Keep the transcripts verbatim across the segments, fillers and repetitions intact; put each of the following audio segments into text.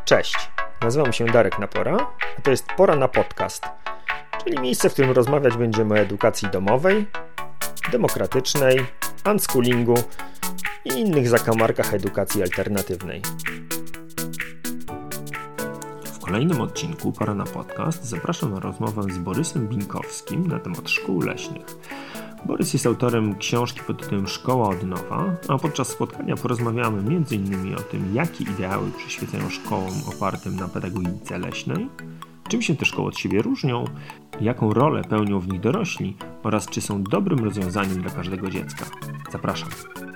Cześć, nazywam się Darek Napora, a to jest Pora na Podcast, czyli miejsce, w którym rozmawiać będziemy o edukacji domowej, demokratycznej, unschoolingu i innych zakamarkach edukacji alternatywnej. W kolejnym odcinku Pora na Podcast zapraszam na rozmowę z Borysem Binkowskim na temat szkół leśnych. Borys jest autorem książki pod tytułem Szkoła od nowa, a podczas spotkania porozmawiamy między innymi o tym, jakie ideały przyświecają szkołom opartym na pedagogice leśnej, czym się te szkoły od siebie różnią, jaką rolę pełnią w nich dorośli oraz czy są dobrym rozwiązaniem dla każdego dziecka. Zapraszam.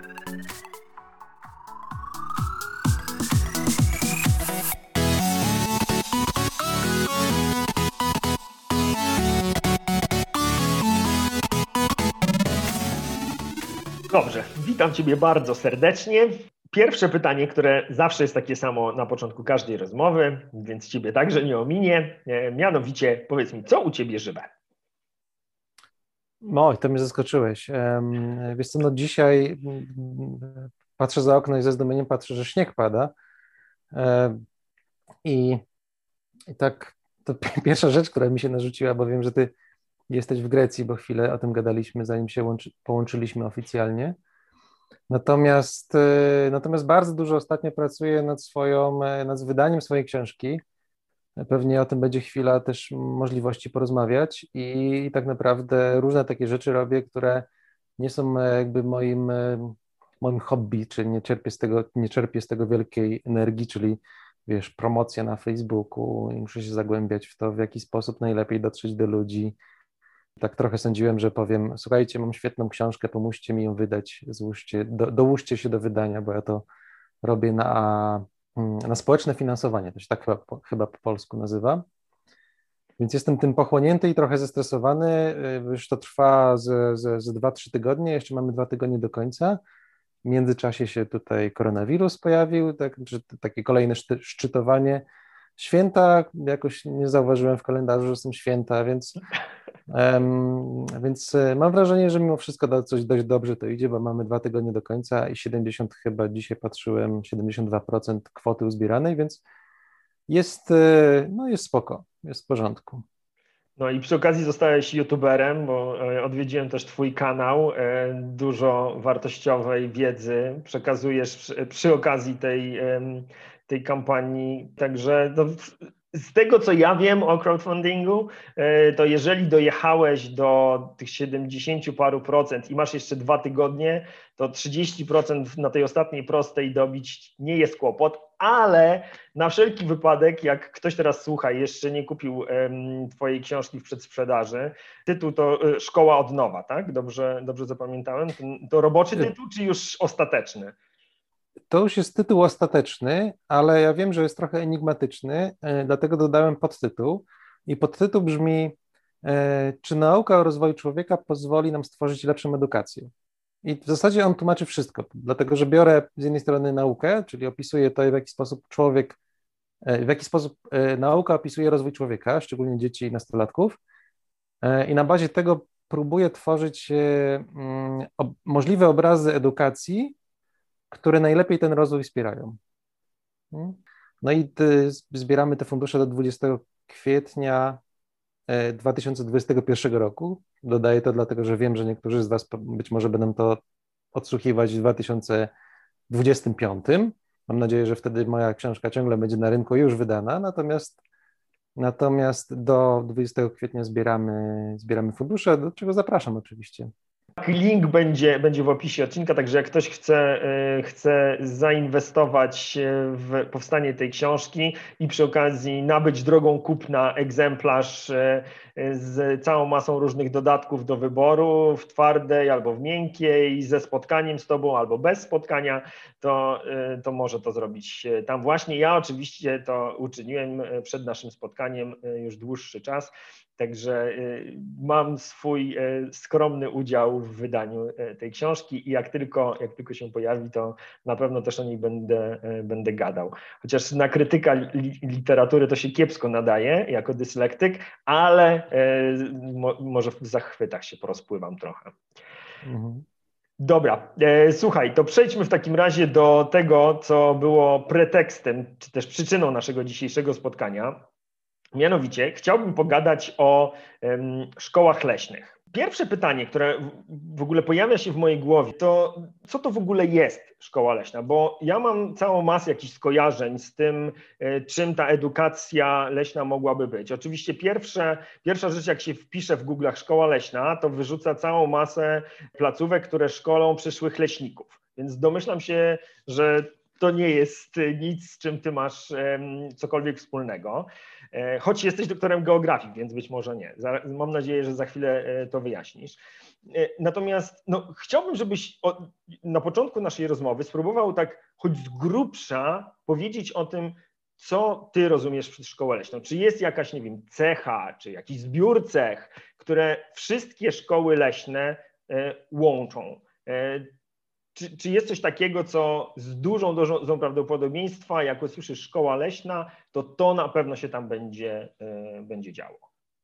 Dobrze, witam Ciebie bardzo serdecznie. Pierwsze pytanie, które zawsze jest takie samo na początku każdej rozmowy, więc Ciebie także nie ominie. Mianowicie, powiedz mi, co u Ciebie żywe? Oj, to mnie zaskoczyłeś. Wiesz co, no dzisiaj patrzę za okno i ze zdumieniem patrzę, że śnieg pada. I, i tak to pierwsza rzecz, która mi się narzuciła, bo wiem, że Ty jesteś w Grecji, bo chwilę o tym gadaliśmy, zanim się łączy, połączyliśmy oficjalnie. Natomiast, natomiast bardzo dużo ostatnio pracuję nad swoją, nad wydaniem swojej książki. Pewnie o tym będzie chwila też możliwości porozmawiać i tak naprawdę różne takie rzeczy robię, które nie są jakby moim, moim hobby, czyli nie czerpię z tego, nie czerpię z tego wielkiej energii, czyli wiesz, promocja na Facebooku i muszę się zagłębiać w to, w jaki sposób najlepiej dotrzeć do ludzi. Tak trochę sądziłem, że powiem, słuchajcie, mam świetną książkę, pomóżcie mi ją wydać, złóżcie, do, dołóżcie się do wydania, bo ja to robię na, na społeczne finansowanie, to się tak chyba, chyba po polsku nazywa. Więc jestem tym pochłonięty i trochę zestresowany, już to trwa ze, ze, ze dwa trzy tygodnie, jeszcze mamy dwa tygodnie do końca. W międzyczasie się tutaj koronawirus pojawił, tak, takie kolejne szczytowanie. Święta, jakoś nie zauważyłem w kalendarzu, że są święta, więc, um, więc mam wrażenie, że mimo wszystko do, coś dość dobrze to idzie, bo mamy dwa tygodnie do końca i siedemdziesiąt chyba dzisiaj patrzyłem, siedemdziesiąt dwa procent kwoty uzbieranej, więc jest, no jest spoko, jest w porządku. No i przy okazji zostałeś youtuberem, bo odwiedziłem też Twój kanał, dużo wartościowej wiedzy przekazujesz przy, przy okazji tej, tej kampanii, także to z tego, co ja wiem o crowdfundingu, to jeżeli dojechałeś do tych siedemdziesięciu paru procent i masz jeszcze dwa tygodnie, to trzydzieści procent na tej ostatniej prostej dobić nie jest kłopot, ale na wszelki wypadek, jak ktoś teraz słucha i jeszcze nie kupił um, Twojej książki w przedsprzedaży, tytuł to Szkoła od nowa, tak? Dobrze, dobrze zapamiętałem? To, to roboczy tytuł, czy już ostateczny? To już jest tytuł ostateczny, ale ja wiem, że jest trochę enigmatyczny, dlatego dodałem podtytuł. I podtytuł brzmi: czy nauka o rozwoju człowieka pozwoli nam stworzyć lepszą edukację? I w zasadzie on tłumaczy wszystko, dlatego że biorę z jednej strony naukę, czyli opisuję to, w jaki sposób człowiek, w jaki sposób nauka opisuje rozwój człowieka, szczególnie dzieci i nastolatków, i na bazie tego próbuję tworzyć możliwe obrazy edukacji, które najlepiej ten rozwój wspierają. No i zbieramy te fundusze do dwudziestego kwietnia dwa tysiące dwudziestego pierwszego roku. Dodaję to dlatego, że wiem, że niektórzy z Was być może będą to odsłuchiwać w dwa tysiące dwudziestym piątym. Mam nadzieję, że wtedy moja książka ciągle będzie na rynku już wydana, natomiast, natomiast do dwudziestego kwietnia zbieramy, zbieramy fundusze, do czego zapraszam oczywiście. Link będzie, będzie w opisie odcinka, także jak ktoś chce, chce zainwestować w powstanie tej książki i przy okazji nabyć drogą kupna egzemplarz z całą masą różnych dodatków do wyboru, w twardej albo w miękkiej, ze spotkaniem z Tobą albo bez spotkania, to, to może to zrobić tam właśnie. Ja oczywiście to uczyniłem przed naszym spotkaniem już dłuższy czas. Także mam swój skromny udział w wydaniu tej książki i jak tylko, jak tylko się pojawi, to na pewno też o niej będę, będę gadał. Chociaż na krytyka literatury to się kiepsko nadaje jako dyslektyk, ale mo, może w zachwytach się porozpływam trochę. Mhm. Dobra, e, słuchaj, to przejdźmy w takim razie do tego, co było pretekstem, czy też przyczyną naszego dzisiejszego spotkania. Mianowicie chciałbym pogadać o em, szkołach leśnych. Pierwsze pytanie, które w- w ogóle pojawia się w mojej głowie, to co to w ogóle jest szkoła leśna? Bo ja mam całą masę jakichś skojarzeń z tym, e, czym ta edukacja leśna mogłaby być. Oczywiście pierwsze, pierwsza rzecz, jak się wpisze w Google'ach szkoła leśna, to wyrzuca całą masę placówek, które szkolą przyszłych leśników. Więc domyślam się, że to nie jest nic, z czym ty masz em, cokolwiek wspólnego. E, Choć jesteś doktorem geografii, więc być może nie. Za- Mam nadzieję, że za chwilę e, to wyjaśnisz. E, Natomiast no, chciałbym, żebyś o, na początku naszej rozmowy spróbował tak choć z grubsza powiedzieć o tym, co ty rozumiesz przez szkołę leśną. Czy jest jakaś, nie wiem, cecha, czy jakiś zbiór cech, które wszystkie szkoły leśne e, łączą? E, Czy, czy jest coś takiego, co z dużą dozą prawdopodobieństwa, jak usłyszysz szkoła leśna, to to na pewno się tam będzie, y, będzie działo?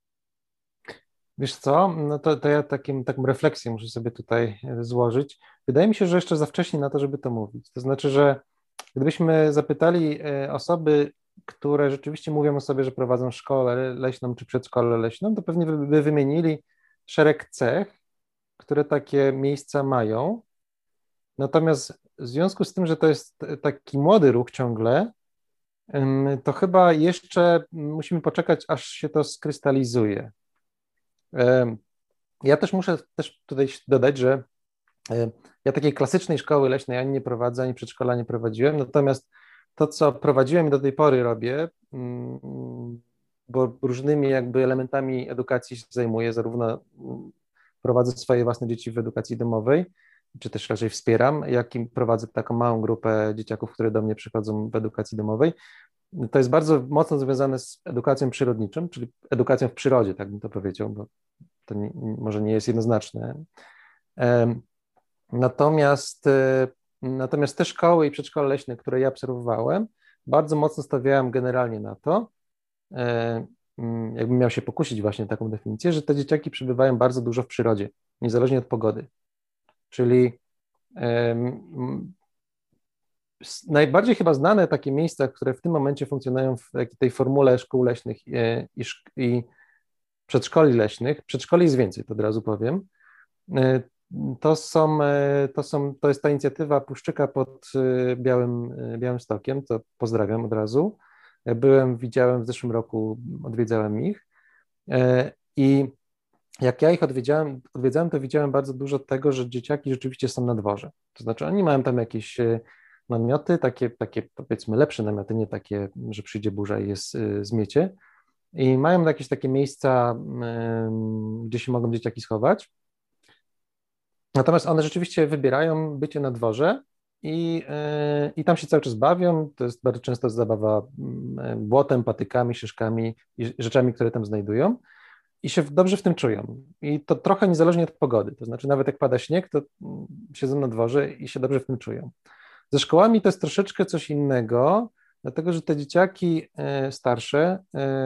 Wiesz co, no to, to ja takim, taką refleksję muszę sobie tutaj e, złożyć. Wydaje mi się, że jeszcze za wcześnie na to, żeby to mówić. To znaczy, że gdybyśmy zapytali e, osoby, które rzeczywiście mówią o sobie, że prowadzą szkołę leśną czy przedszkolę leśną, to pewnie by, by wymienili szereg cech, które takie miejsca mają. Natomiast w związku z tym, że to jest taki młody ruch ciągle, ym, to chyba jeszcze musimy poczekać, aż się to skrystalizuje. Ym, Ja też muszę też tutaj dodać, że y, ja takiej klasycznej szkoły leśnej ani nie prowadzę, ani przedszkola nie prowadziłem, natomiast to, co prowadziłem i do tej pory robię, ym, bo różnymi jakby elementami edukacji się zajmuję, zarówno ym, prowadzę swoje własne dzieci w edukacji domowej, czy też raczej wspieram, jak i prowadzę taką małą grupę dzieciaków, które do mnie przychodzą w edukacji domowej. To jest bardzo mocno związane z edukacją przyrodniczą, czyli edukacją w przyrodzie, tak bym to powiedział, bo to nie, może nie jest jednoznaczne. Natomiast, e, natomiast te szkoły i przedszkole leśne, które ja obserwowałem, bardzo mocno stawiałem generalnie na to, e, mm, jakbym miał się pokusić właśnie taką definicję, że te dzieciaki przebywają bardzo dużo w przyrodzie, niezależnie od pogody. Czyli um, najbardziej chyba znane takie miejsca, które w tym momencie funkcjonują w tej formule szkół leśnych i, i, i przedszkoli leśnych, przedszkoli jest więcej, to od razu powiem, to są, to są, to jest ta inicjatywa Puszczyka pod Białym, Białymstokiem, to pozdrawiam od razu. Byłem, widziałem w zeszłym roku, odwiedzałem ich i jak ja ich odwiedziałem, odwiedzałem, to widziałem bardzo dużo tego, że dzieciaki rzeczywiście są na dworze. To znaczy oni mają tam jakieś namioty, takie, takie powiedzmy lepsze namioty, nie takie, że przyjdzie burza i jest zmiecie. I mają jakieś takie miejsca, gdzie się mogą dzieciaki schować. Natomiast one rzeczywiście wybierają bycie na dworze i, i tam się cały czas bawią. To jest bardzo często zabawa błotem, patykami, szyszkami i rzeczami, które tam znajdują. I się dobrze w tym czują. I to trochę niezależnie od pogody. To znaczy nawet jak pada śnieg, to siedzą na dworze i się dobrze w tym czują. Ze szkołami to jest troszeczkę coś innego, dlatego że te dzieciaki starsze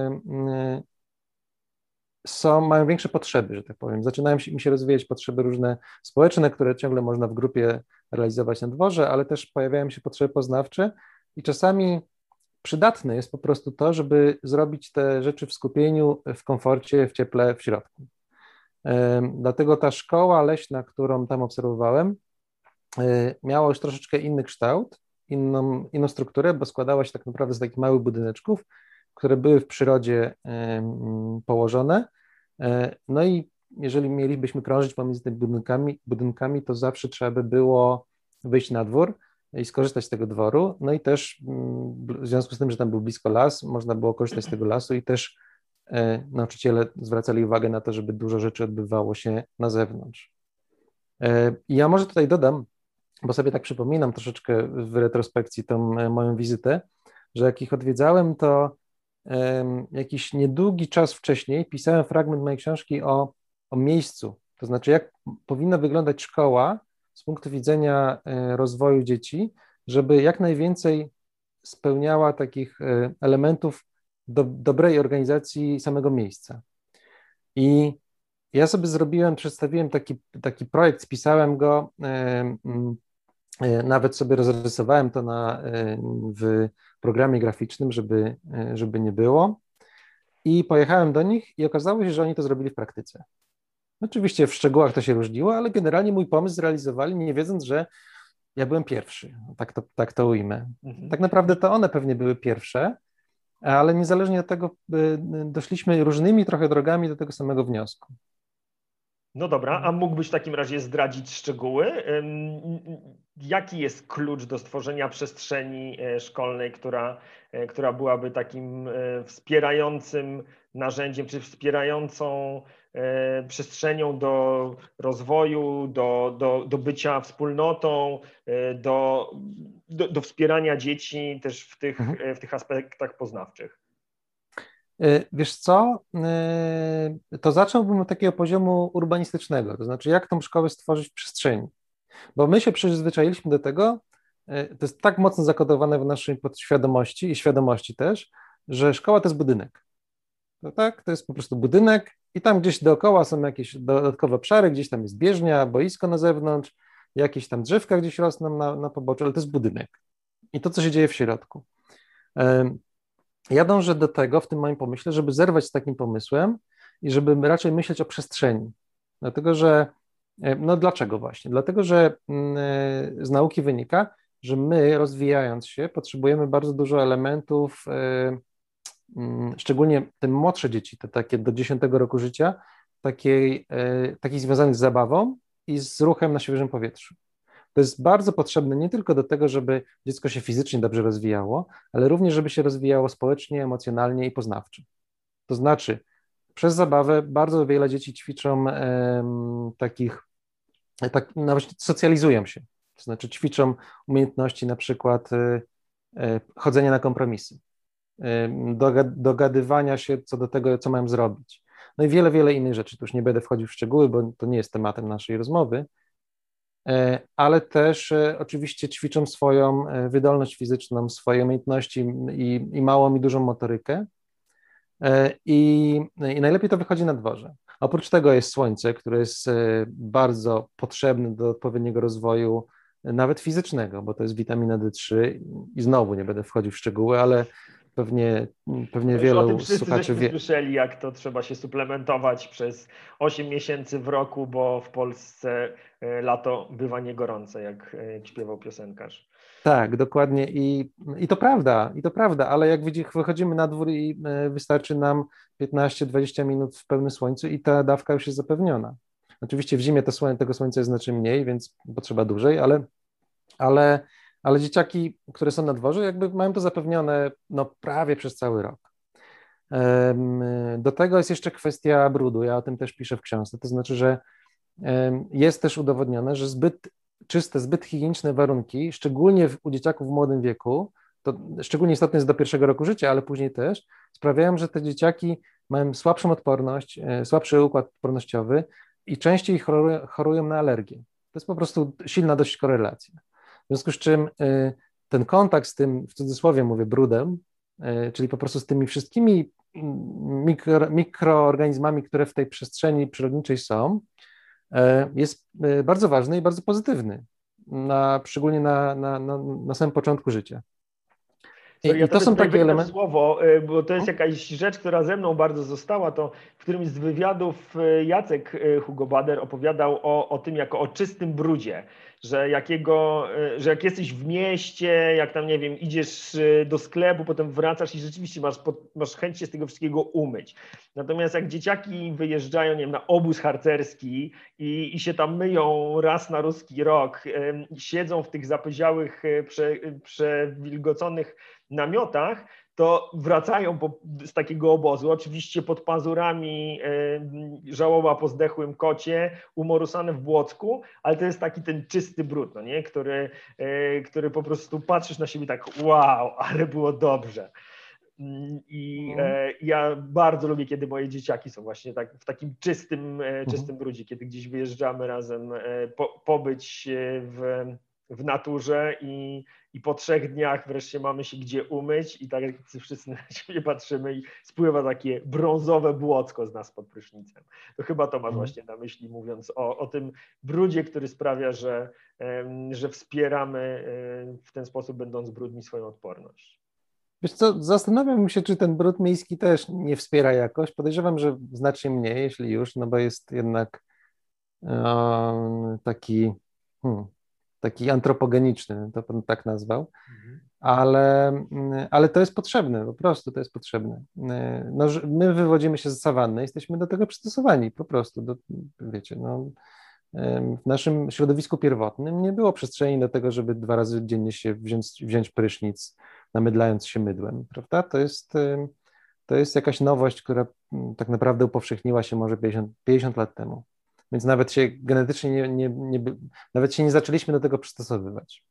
są, mają większe potrzeby, że tak powiem. Zaczynają się, mi się rozwijać potrzeby różne społeczne, które ciągle można w grupie realizować na dworze, ale też pojawiają się potrzeby poznawcze i czasami przydatne jest po prostu to, żeby zrobić te rzeczy w skupieniu, w komforcie, w cieple w środku. Dlatego ta szkoła leśna, którą tam obserwowałem, miała już troszeczkę inny kształt, inną, inną strukturę, bo składała się tak naprawdę z takich małych budyneczków, które były w przyrodzie położone. No i jeżeli mielibyśmy krążyć pomiędzy tymi budynkami, budynkami, to zawsze trzeba by było wyjść na dwór i skorzystać z tego dworu. No i też w związku z tym, że tam był blisko las, można było korzystać z tego lasu i też nauczyciele zwracali uwagę na to, żeby dużo rzeczy odbywało się na zewnątrz. I ja może tutaj dodam, bo sobie tak przypominam troszeczkę w retrospekcji tą moją wizytę, że jak ich odwiedzałem, to um, jakiś niedługi czas wcześniej pisałem fragment mojej książki o, o miejscu, to znaczy jak powinna wyglądać szkoła z punktu widzenia e, rozwoju dzieci, żeby jak najwięcej spełniała takich e, elementów do, dobrej organizacji samego miejsca. I ja sobie zrobiłem, przedstawiłem taki, taki projekt, spisałem go, nawet sobie rozrysowałem to na, w programie graficznym, żeby, żeby nie było. I pojechałem do nich i okazało się, że oni to zrobili w praktyce. Oczywiście w szczegółach to się różniło, ale generalnie mój pomysł zrealizowali, nie wiedząc, że ja byłem pierwszy. Tak to, tak to ujmę. Mhm. Tak naprawdę to one pewnie były pierwsze, ale niezależnie od tego doszliśmy różnymi trochę drogami do tego samego wniosku. No dobra, a mógłbyś w takim razie zdradzić szczegóły? Jaki jest klucz do stworzenia przestrzeni szkolnej, która, która byłaby takim wspierającym narzędziem, czy wspierającą przestrzenią do rozwoju, do, do, do bycia wspólnotą, do, do, do wspierania dzieci też w tych, Mhm. w tych aspektach poznawczych? Wiesz co, to zacząłbym od takiego poziomu urbanistycznego, to znaczy jak tą szkołę stworzyć w przestrzeni, bo my się przyzwyczailiśmy do tego, to jest tak mocno zakodowane w naszej podświadomości i świadomości też, że szkoła to jest budynek. To tak, to jest po prostu budynek i tam gdzieś dookoła są jakieś dodatkowe obszary, gdzieś tam jest bieżnia, boisko na zewnątrz, jakieś tam drzewka gdzieś rosną na, na poboczu, ale to jest budynek. I to, co się dzieje w środku. Ja dążę do tego w tym moim pomyśle, żeby zerwać z takim pomysłem i żeby raczej myśleć o przestrzeni. Dlatego, że, no dlaczego właśnie? Dlatego, że z nauki wynika, że my rozwijając się potrzebujemy bardzo dużo elementów, szczególnie te młodsze dzieci, te takie do dziesiątego roku życia, takiej, takich związanych z zabawą i z ruchem na świeżym powietrzu. To jest bardzo potrzebne nie tylko do tego, żeby dziecko się fizycznie dobrze rozwijało, ale również, żeby się rozwijało społecznie, emocjonalnie i poznawczo. To znaczy, przez zabawę bardzo wiele dzieci ćwiczą em, takich, tak, no właśnie socjalizują się, to znaczy ćwiczą umiejętności na przykład e, e, chodzenia na kompromisy, e, dogad, dogadywania się co do tego, co mają zrobić. No i wiele, wiele innych rzeczy. Tu już nie będę wchodził w szczegóły, bo to nie jest tematem naszej rozmowy, ale też oczywiście ćwiczą swoją wydolność fizyczną, swoje umiejętności i, i małą i dużą motorykę i, i najlepiej to wychodzi na dworze. Oprócz tego jest słońce, które jest bardzo potrzebne do odpowiedniego rozwoju, nawet fizycznego, bo to jest witamina D trzy i znowu nie będę wchodził w szczegóły, ale pewnie, pewnie No już o tym wielu wszyscy słuchaczy żeśmy wie. słyszeli, jak to trzeba się suplementować przez osiem miesięcy w roku, bo w Polsce lato bywa niegorące, jak śpiewał piosenkarz. Tak, dokładnie i, i to prawda, i to prawda, ale jak wychodzimy na dwór i wystarczy nam piętnaście dwadzieścia minut w pełnym słońcu i ta dawka już jest zapewniona. Oczywiście w zimie to słoń, tego słońca jest znacznie mniej, więc potrzeba dłużej, ale, ale, ale dzieciaki, które są na dworze, jakby mają to zapewnione no, prawie przez cały rok. Do tego jest jeszcze kwestia brudu, ja o tym też piszę w książce, to znaczy, że jest też udowodnione, że zbyt czyste, zbyt higieniczne warunki, szczególnie w, u dzieciaków w młodym wieku, to szczególnie istotne jest do pierwszego roku życia, ale później też, sprawiają, że te dzieciaki mają słabszą odporność, słabszy układ odpornościowy i częściej chorują, chorują na alergię. To jest po prostu silna dość korelacja. W związku z czym ten kontakt z tym, w cudzysłowie mówię, brudem, czyli po prostu z tymi wszystkimi mikro, mikroorganizmami, które w tej przestrzeni przyrodniczej są, jest bardzo ważny i bardzo pozytywny, na, szczególnie na, na, na, na samym początku życia. I, Sorry, ja i to są takie elementy. Słowo, bo to jest jakaś rzecz, która ze mną bardzo została. To w którymś z wywiadów Jacek Hugo Bader opowiadał o, o tym jako o czystym brudzie, że, jakiego, że jak jesteś w mieście, jak tam, nie wiem, idziesz do sklepu, potem wracasz i rzeczywiście masz, masz chęć się z tego wszystkiego umyć. Natomiast jak dzieciaki wyjeżdżają, nie wiem, na obóz harcerski i, i się tam myją raz na ruski rok, siedzą w tych zapyziałych, prze, przewilgoconych namiotach, to wracają po, z takiego obozu, oczywiście pod pazurami y, żałoba po zdechłym kocie, umorusane w błocku, ale to jest taki ten czysty brud, no nie? Który, y, który po prostu patrzysz na siebie tak, wow, ale było dobrze. I e, ja bardzo lubię, kiedy moje dzieciaki są właśnie tak, w takim czystym, e, czystym brudzie, kiedy gdzieś wyjeżdżamy razem, e, po, pobyć w, w naturze i, i po trzech dniach wreszcie mamy się gdzie umyć i tak jak wszyscy na siebie patrzymy i spływa takie brązowe błocko z nas pod prysznicem. To chyba to masz właśnie na myśli, mówiąc o, o tym brudzie, który sprawia, że, że wspieramy w ten sposób, będąc brudni, swoją odporność. Wiesz co, zastanawiam się, czy ten brud miejski też nie wspiera jakoś. Podejrzewam, że znacznie mniej, jeśli już, no bo jest jednak um, taki, hmm, taki antropogeniczny, to bym tak nazwał, mhm. ale, ale to jest potrzebne, po prostu to jest potrzebne. No, my wywodzimy się z sawanny, jesteśmy do tego przystosowani, po prostu, do, wiecie, no, w naszym środowisku pierwotnym nie było przestrzeni do tego, żeby dwa razy dziennie się wziąć, wziąć prysznic, namydlając się mydłem, prawda? To jest, to jest jakaś nowość, która tak naprawdę upowszechniła się może pięćdziesiąt, pięćdziesiąt lat temu. Więc nawet się genetycznie nie, nie, nie, nawet się nie zaczęliśmy do tego przystosowywać.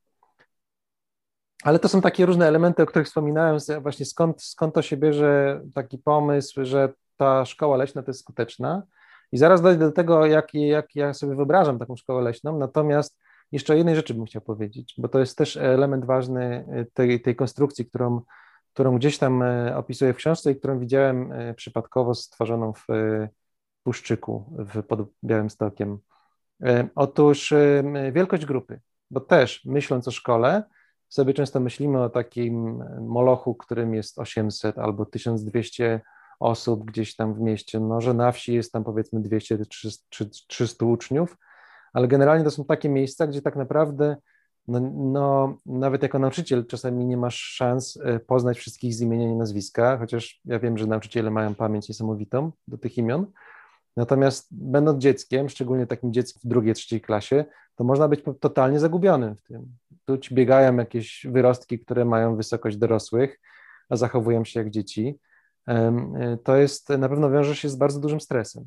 Ale to są takie różne elementy, o których wspominałem, właśnie skąd, skąd to się bierze taki pomysł, że ta szkoła leśna to jest skuteczna. I zaraz dojdę do tego, jak, jak ja sobie wyobrażam taką szkołę leśną, natomiast jeszcze o jednej rzeczy bym chciał powiedzieć, bo to jest też element ważny tej, tej konstrukcji, którą, którą gdzieś tam opisuję w książce i którą widziałem przypadkowo stworzoną w Puszczyku w, pod Białymstokiem. Otóż wielkość grupy, bo też myśląc o szkole, sobie często myślimy o takim molochu, którym jest osiemset albo tysiąc dwieście osób gdzieś tam w mieście, no, że na wsi jest tam powiedzmy dwieście czy trzysta uczniów, ale generalnie to są takie miejsca, gdzie tak naprawdę no, no, nawet jako nauczyciel czasami nie masz szans poznać wszystkich z imienia i nazwiska, chociaż ja wiem, że nauczyciele mają pamięć niesamowitą do tych imion. Natomiast będąc dzieckiem, szczególnie takim dzieckiem w drugiej, trzeciej klasie, to można być totalnie zagubionym w tym. Tu ci biegają jakieś wyrostki, które mają wysokość dorosłych, a zachowują się jak dzieci. To jest, na pewno wiąże się z bardzo dużym stresem.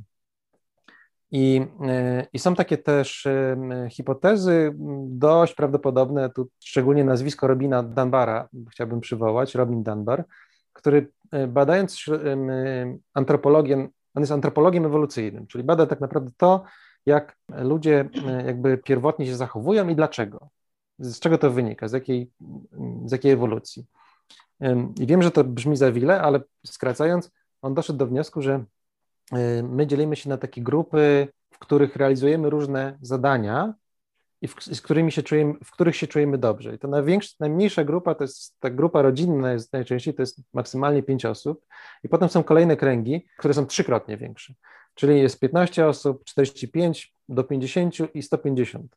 I, i są takie też hipotezy dość prawdopodobne, tu szczególnie nazwisko Robina Dunbara chciałbym przywołać, Robin Dunbar, który badając antropologię, on jest antropologiem ewolucyjnym, czyli bada tak naprawdę to, jak ludzie jakby pierwotnie się zachowują i dlaczego, z czego to wynika, z jakiej, z jakiej ewolucji. I wiem, że to brzmi za wiele, ale skracając, on doszedł do wniosku, że my dzielimy się na takie grupy, w których realizujemy różne zadania i w, z którymi się czujemy, w których się czujemy dobrze. I to największa, najmniejsza grupa to jest ta grupa rodzinna, jest najczęściej to jest maksymalnie pięć osób i potem są kolejne kręgi, które są trzykrotnie większe, czyli jest piętnaście osób, czterdzieści pięć do pięćdziesięciu i sto pięćdziesiąt.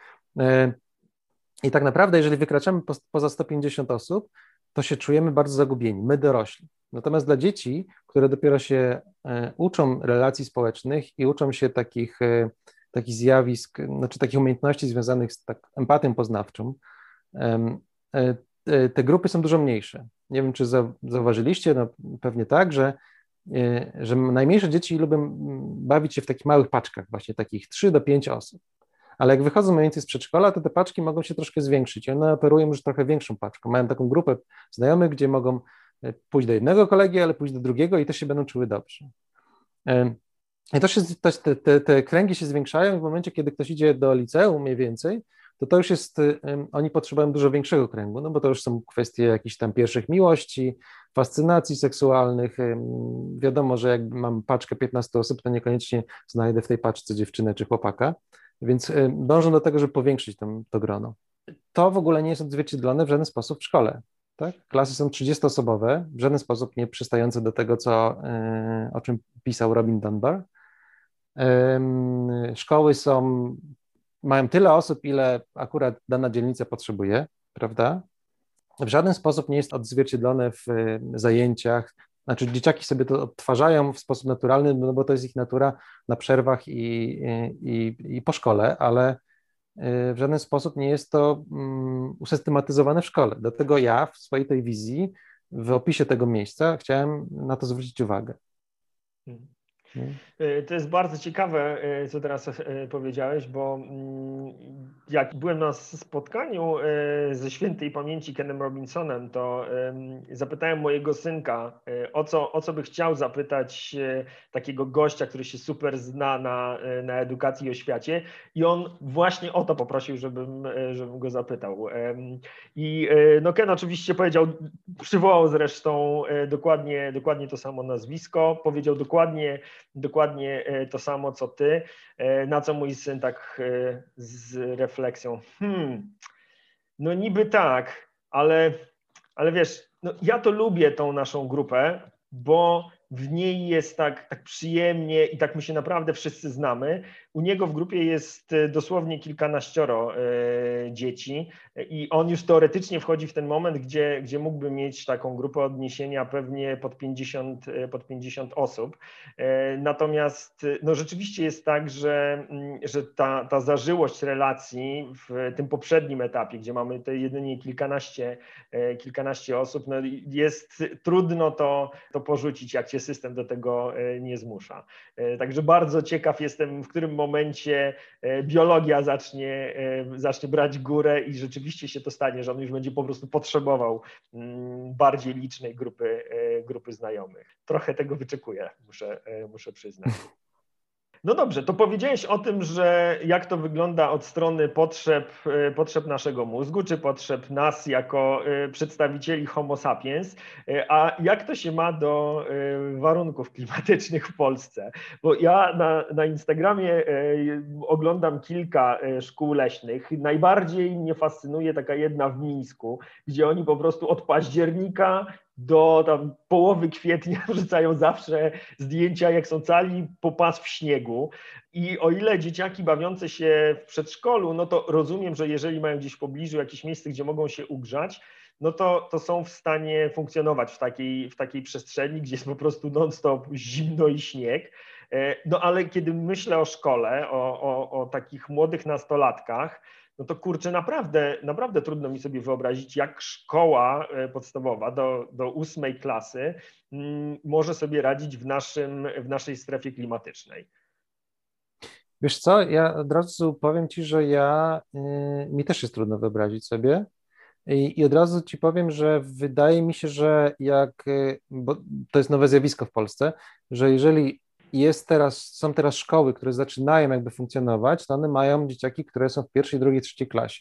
I tak naprawdę, jeżeli wykraczamy po, poza sto pięćdziesiąt osób, to się czujemy bardzo zagubieni, my dorośli. Natomiast dla dzieci, które dopiero się uczą relacji społecznych i uczą się takich, takich zjawisk, znaczy takich umiejętności związanych z tak empatią poznawczą, te grupy są dużo mniejsze. Nie wiem, czy zauważyliście, no pewnie tak, że, że najmniejsze dzieci lubią bawić się w takich małych paczkach, właśnie takich trzy do pięciu osób. Ale jak wychodzą mniej więcej z przedszkola, to te paczki mogą się troszkę zwiększyć i one operują już trochę większą paczką. Mają taką grupę znajomych, gdzie mogą pójść do jednego kolegi, ale pójść do drugiego i też się będą czuły dobrze. I to się, te, te, te kręgi się zwiększają w momencie, kiedy ktoś idzie do liceum mniej więcej, to to już jest, oni potrzebują dużo większego kręgu, no bo to już są kwestie jakichś tam pierwszych miłości, fascynacji seksualnych. Wiadomo, że jak mam paczkę piętnastu osób, to niekoniecznie znajdę w tej paczce dziewczynę czy chłopaka, więc dążą do tego, żeby powiększyć to, to grono. To w ogóle nie jest odzwierciedlone w żaden sposób w szkole. Tak? Klasy są trzydziestoosobowe, w żaden sposób nie przystające do tego, co, o czym pisał Robin Dunbar. Szkoły są, mają tyle osób, ile akurat dana dzielnica potrzebuje, prawda? W żaden sposób nie jest odzwierciedlone w zajęciach, znaczy dzieciaki sobie to odtwarzają w sposób naturalny, no bo to jest ich natura na przerwach i, i, i po szkole, ale w żaden sposób nie jest to um, usystematyzowane w szkole. Dlatego ja w swojej tej wizji, w opisie tego miejsca chciałem na to zwrócić uwagę. To jest bardzo ciekawe, co teraz powiedziałeś, bo jak byłem na spotkaniu ze świętej pamięci Kenem Robinsonem, to zapytałem mojego synka, o co, o co by chciał zapytać takiego gościa, który się super zna na, na edukacji i oświacie, i on właśnie o to poprosił, żebym, żebym go zapytał. I no Ken oczywiście powiedział, przywołał zresztą dokładnie, dokładnie to samo nazwisko, powiedział dokładnie, dokładnie to samo, co ty, na co mój syn tak z refleksją, hmm, no niby tak, ale, ale wiesz, no ja to lubię tą naszą grupę, bo w niej jest tak, tak przyjemnie i tak my się naprawdę wszyscy znamy. U niego w grupie jest dosłownie kilkanaścioro dzieci i on już teoretycznie wchodzi w ten moment, gdzie, gdzie mógłby mieć taką grupę odniesienia pewnie pod pięćdziesiąt, pod pięćdziesiąt osób. Natomiast no rzeczywiście jest tak, że, że ta, ta zażyłość relacji w tym poprzednim etapie, gdzie mamy te jedynie kilkanaście, kilkanaście osób, no jest trudno to, to porzucić, jak się system do tego nie zmusza. Także bardzo ciekaw jestem, w którym momencie biologia zacznie, zacznie brać górę i rzeczywiście się to stanie, że on już będzie po prostu potrzebował bardziej licznej grupy, grupy znajomych. Trochę tego wyczekuję, muszę, muszę przyznać. No dobrze, to powiedziałeś o tym, że jak to wygląda od strony potrzeb, potrzeb naszego mózgu, czy potrzeb nas jako przedstawicieli Homo sapiens, a jak to się ma do warunków klimatycznych w Polsce? Bo ja na, na Instagramie oglądam kilka szkół leśnych. Najbardziej mnie fascynuje taka jedna w Mińsku, gdzie oni po prostu od października do tam połowy kwietnia wrzucają zawsze zdjęcia, jak są cali po pas w śniegu. I o ile dzieciaki bawiące się w przedszkolu, no to rozumiem, że jeżeli mają gdzieś w pobliżu jakieś miejsce, gdzie mogą się ugrzać, no to, to są w stanie funkcjonować w takiej, w takiej przestrzeni, gdzie jest po prostu non-stop zimno i śnieg. No ale kiedy myślę o szkole, o, o, o takich młodych nastolatkach, no to kurczę, naprawdę, naprawdę trudno mi sobie wyobrazić, jak szkoła podstawowa do, do ósmej klasy może sobie radzić w, naszym, w naszej strefie klimatycznej. Wiesz co, ja od razu powiem Ci, że ja, y, mi też jest trudno wyobrazić sobie i, i od razu Ci powiem, że wydaje mi się, że jak, y, bo to jest nowe zjawisko w Polsce, że jeżeli jest teraz, są teraz szkoły, które zaczynają jakby funkcjonować, to one mają dzieciaki, które są w pierwszej, drugiej, trzeciej klasie.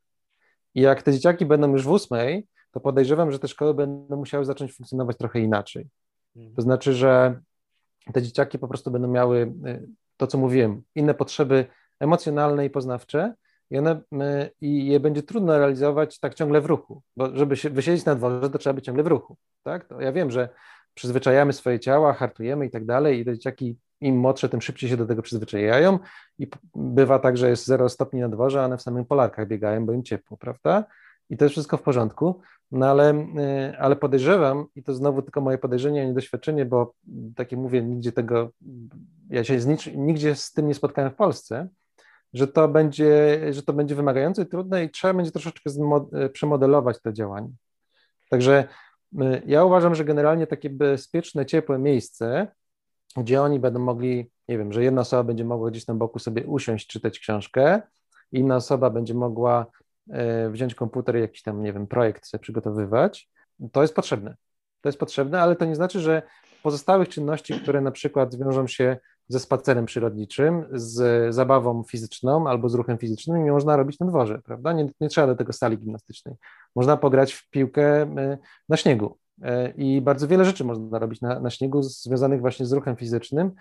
I jak te dzieciaki będą już w ósmej, to podejrzewam, że te szkoły będą musiały zacząć funkcjonować trochę inaczej. To znaczy, że te dzieciaki po prostu będą miały to, co mówiłem, inne potrzeby emocjonalne i poznawcze i, one, i je będzie trudno realizować tak ciągle w ruchu, bo żeby się wysiedzieć na dworze, to trzeba być ciągle w ruchu. Tak? To ja wiem, że przyzwyczajamy swoje ciała, hartujemy i tak dalej i te dzieciaki im młodsze, tym szybciej się do tego przyzwyczajają i bywa tak, że jest zero stopni na dworze, a one w samych polarkach biegają, bo im ciepło, prawda? I to jest wszystko w porządku, no ale, ale podejrzewam, i to znowu tylko moje podejrzenie, a nie doświadczenie, bo tak jak mówię, nigdzie tego, ja się z nic, nigdzie z tym nie spotkałem w Polsce, że to będzie, że to będzie wymagające i trudne i trzeba będzie troszeczkę przemodelować to działanie. Także ja uważam, że generalnie takie bezpieczne, ciepłe miejsce, gdzie oni będą mogli, nie wiem, że jedna osoba będzie mogła gdzieś na boku sobie usiąść, czytać książkę, inna osoba będzie mogła wziąć komputer i jakiś tam, nie wiem, projekt sobie przygotowywać, to jest potrzebne. To jest potrzebne, ale to nie znaczy, że pozostałych czynności, które na przykład wiążą się ze spacerem przyrodniczym, z zabawą fizyczną albo z ruchem fizycznym, nie można robić na dworze, prawda? Nie, nie trzeba do tego sali gimnastycznej. Można pograć w piłkę na śniegu i bardzo wiele rzeczy można robić na, na śniegu związanych właśnie z ruchem fizycznym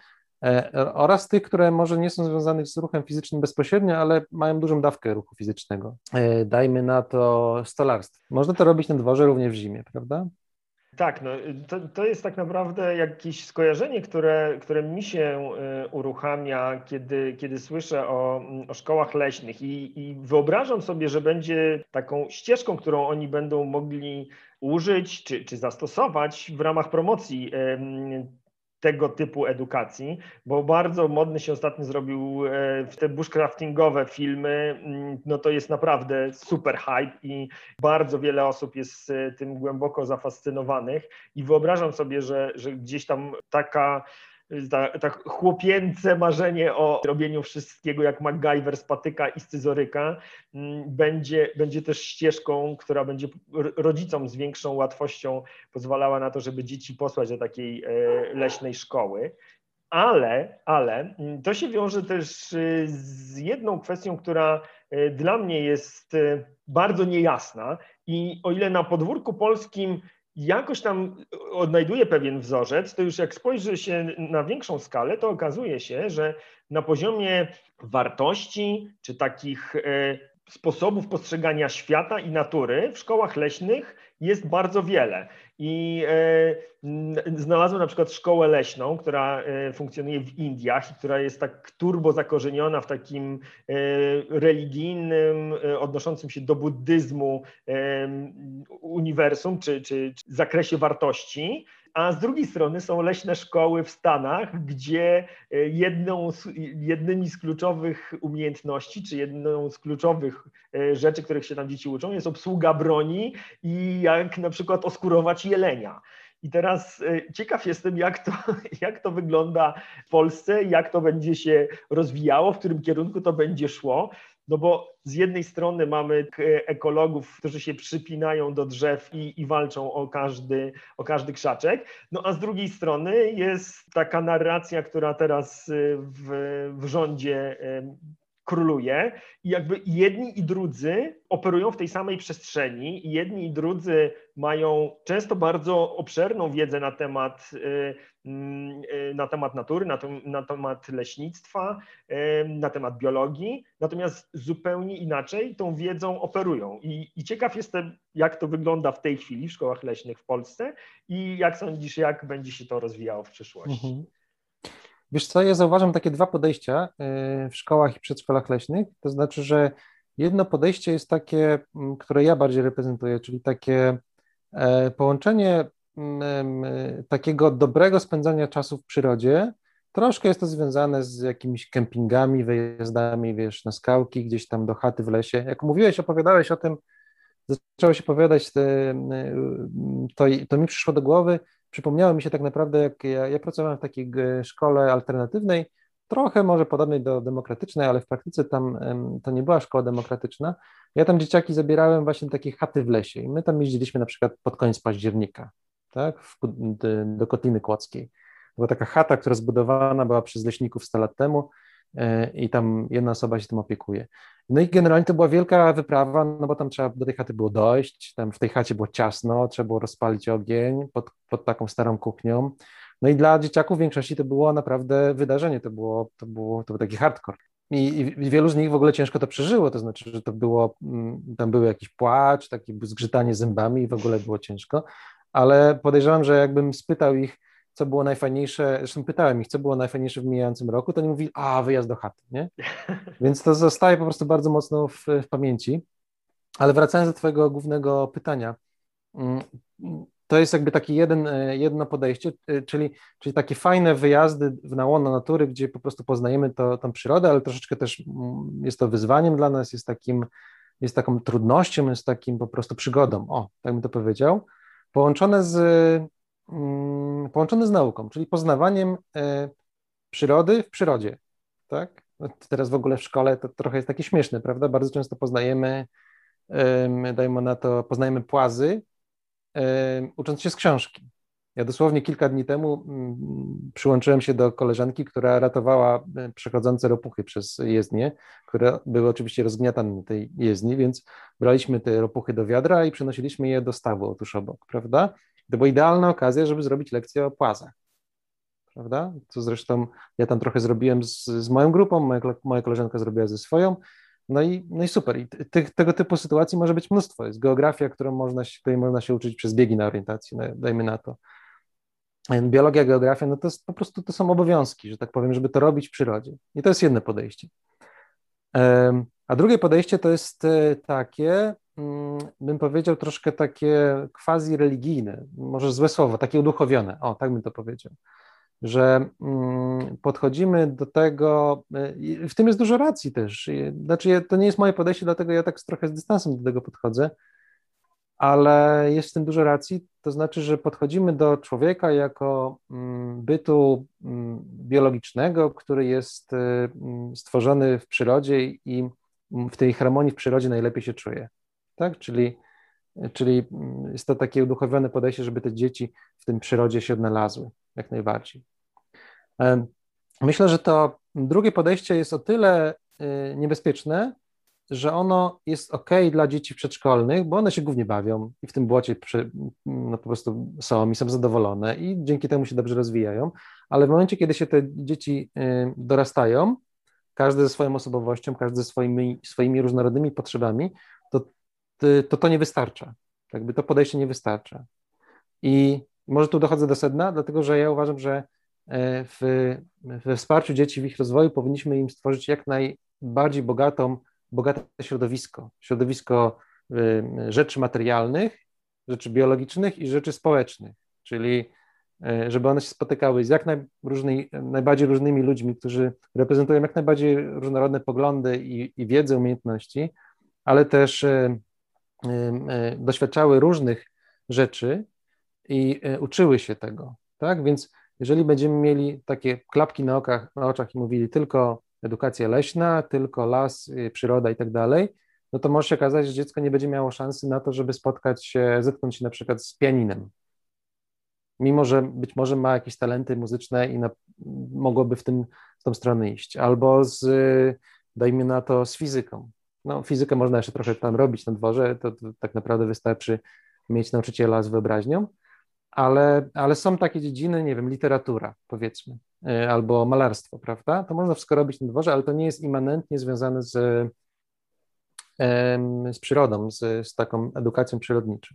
oraz tych, które może nie są związane z ruchem fizycznym bezpośrednio, ale mają dużą dawkę ruchu fizycznego. Dajmy na to stolarstwo. Można to robić na dworze również w zimie, prawda? Tak, no to, to jest tak naprawdę jakieś skojarzenie, które, które mi się uruchamia, kiedy, kiedy słyszę o, o szkołach leśnych i, i wyobrażam sobie, że będzie taką ścieżką, którą oni będą mogli użyć czy, czy zastosować w ramach promocji tego typu edukacji, bo bardzo modny się ostatnio zrobił w te bushcraftingowe filmy, no to jest naprawdę super hype i bardzo wiele osób jest tym głęboko zafascynowanych i wyobrażam sobie, że, że gdzieś tam taka tak ta chłopięce marzenie o robieniu wszystkiego jak MacGyver z patyka i scyzoryka będzie, będzie też ścieżką, która będzie rodzicom z większą łatwością pozwalała na to, żeby dzieci posłać do takiej leśnej szkoły. Ale, ale to się wiąże też z jedną kwestią, która dla mnie jest bardzo niejasna i o ile na podwórku polskim jakoś tam odnajduje pewien wzorzec, to już jak spojrzy się na większą skalę, to okazuje się, że na poziomie wartości czy takich sposobów postrzegania świata i natury w szkołach leśnych jest bardzo wiele. I znalazłem na przykład szkołę leśną, która funkcjonuje w Indiach i która jest tak turbo zakorzeniona w takim religijnym, odnoszącym się do buddyzmu uniwersum czy, czy, czy zakresie wartości. A z drugiej strony są leśne szkoły w Stanach, gdzie jedną, jednymi z kluczowych umiejętności, czy jedną z kluczowych rzeczy, których się tam dzieci uczą, jest obsługa broni i jak na przykład oskurować jelenia. I teraz ciekaw jestem, jak to, jak to wygląda w Polsce, jak to będzie się rozwijało, w którym kierunku to będzie szło. No bo z jednej strony mamy ekologów, którzy się przypinają do drzew i, i walczą o każdy, o każdy krzaczek, no a z drugiej strony jest taka narracja, która teraz w, w rządzie króluje i jakby jedni i drudzy operują w tej samej przestrzeni i jedni i drudzy mają często bardzo obszerną wiedzę na temat, na temat natury, na, to, na temat leśnictwa, na temat biologii, natomiast zupełnie inaczej tą wiedzą operują. I, i ciekaw jestem, jak to wygląda w tej chwili w szkołach leśnych w Polsce i jak sądzisz, jak będzie się to rozwijało w przyszłości? Mhm. Wiesz co, ja zauważam takie dwa podejścia w szkołach i przedszkolach leśnych, to znaczy, że jedno podejście jest takie, które ja bardziej reprezentuję, czyli takie połączenie takiego dobrego spędzania czasu w przyrodzie. Troszkę jest to związane z jakimiś kempingami, wyjazdami, wiesz, na skałki, gdzieś tam do chaty w lesie. Jak mówiłeś, opowiadałeś o tym, zacząłeś opowiadać, te, to, to mi przyszło do głowy. Przypomniało mi się tak naprawdę, jak ja, ja pracowałem w takiej szkole alternatywnej, trochę może podobnej do demokratycznej, ale w praktyce tam to nie była szkoła demokratyczna. Ja tam dzieciaki zabierałem właśnie do takiej chaty w lesie i my tam jeździliśmy na przykład pod koniec października, tak, w, do Kotliny Kłodzkiej. To była taka chata, która zbudowana była przez leśników sto lat temu i tam jedna osoba się tym opiekuje. No i generalnie to była wielka wyprawa, no bo tam trzeba do tej chaty było dojść, tam w tej chacie było ciasno, trzeba było rozpalić ogień pod, pod taką starą kuchnią. No i dla dzieciaków w większości to było naprawdę wydarzenie, to było, to było, to był taki hardcore. I, I wielu z nich w ogóle ciężko to przeżyło, to znaczy, że to było, tam były jakiś płacz, takie zgrzytanie zębami i w ogóle było ciężko, ale podejrzewam, że jakbym spytał ich, co było najfajniejsze, zresztą pytałem ich, co było najfajniejsze w mijającym roku, to oni mówili, a wyjazd do chaty, nie? Więc to zostaje po prostu bardzo mocno w, w pamięci. Ale wracając do twojego głównego pytania, to jest jakby taki jeden, jedno podejście, czyli, czyli takie fajne wyjazdy na łono natury, gdzie po prostu poznajemy to, tą przyrodę, ale troszeczkę też jest to wyzwaniem dla nas, jest takim, jest taką trudnością, jest takim po prostu przygodą, o, tak bym to powiedział, połączone z połączone z nauką, czyli poznawaniem przyrody w przyrodzie, tak? No teraz w ogóle w szkole to trochę jest takie śmieszne, prawda? Bardzo często poznajemy, dajmy na to, poznajemy płazy, ucząc się z książki. Ja dosłownie kilka dni temu przyłączyłem się do koleżanki, która ratowała przechodzące ropuchy przez jezdnię, które były oczywiście rozgniatane na tej jezdni, więc braliśmy te ropuchy do wiadra i przenosiliśmy je do stawu otóż obok, prawda? To była idealna okazja, żeby zrobić lekcję o płazach, prawda? Co zresztą ja tam trochę zrobiłem z, z moją grupą, moja, moja koleżanka zrobiła ze swoją, no i, no i super. I ty, tego typu sytuacji może być mnóstwo. Jest geografia, którą można, której można się uczyć przez biegi na orientacji, no, dajmy na to. Biologia, geografia, no to jest po prostu, to są obowiązki, że tak powiem, żeby to robić w przyrodzie. I to jest jedno podejście. A drugie podejście to jest takie, bym powiedział, troszkę takie quasi-religijne, może złe słowo, takie uduchowione, o, tak bym to powiedział, że podchodzimy do tego, w tym jest dużo racji też, znaczy to nie jest moje podejście, dlatego ja tak trochę z dystansem do tego podchodzę, ale jest w tym dużo racji, to znaczy, że podchodzimy do człowieka jako bytu biologicznego, który jest stworzony w przyrodzie i w tej harmonii w przyrodzie najlepiej się czuje, tak? Czyli, czyli jest to takie uduchowione podejście, żeby te dzieci w tym przyrodzie się odnalazły, jak najbardziej. Myślę, że to drugie podejście jest o tyle niebezpieczne, że ono jest ok dla dzieci przedszkolnych, bo one się głównie bawią i w tym błocie no, po prostu są i są zadowolone i dzięki temu się dobrze rozwijają, ale w momencie, kiedy się te dzieci dorastają, każdy ze swoją osobowością, każdy ze swoimi, swoimi różnorodnymi potrzebami, to, to to nie wystarcza. Jakby to podejście nie wystarcza. I może tu dochodzę do sedna, dlatego że ja uważam, że w, we wsparciu dzieci w ich rozwoju powinniśmy im stworzyć jak najbardziej bogatą, bogate środowisko. Środowisko rzeczy materialnych, rzeczy biologicznych i rzeczy społecznych, czyli żeby one się spotykały z jak najróżnej, najbardziej różnymi ludźmi, którzy reprezentują jak najbardziej różnorodne poglądy i, i wiedzę, umiejętności, ale też y, y, y, doświadczały różnych rzeczy i uczyły się tego, tak? Więc jeżeli będziemy mieli takie klapki na, okach, na oczach i mówili tylko edukacja leśna, tylko las, przyroda i tak dalej, no to może się okazać, że dziecko nie będzie miało szansy na to, żeby spotkać się, zetknąć się na przykład z pianinem. Mimo że być może ma jakieś talenty muzyczne i na, mogłoby w, tym, w tą stronę iść. Albo z, dajmy na to, z fizyką. No, fizykę można jeszcze trochę tam robić na dworze, to, to tak naprawdę wystarczy mieć nauczyciela z wyobraźnią, ale, ale są takie dziedziny, nie wiem, literatura, powiedzmy, albo malarstwo, prawda? To można wszystko robić na dworze, ale to nie jest immanentnie związane z, z przyrodą, z, z taką edukacją przyrodniczą.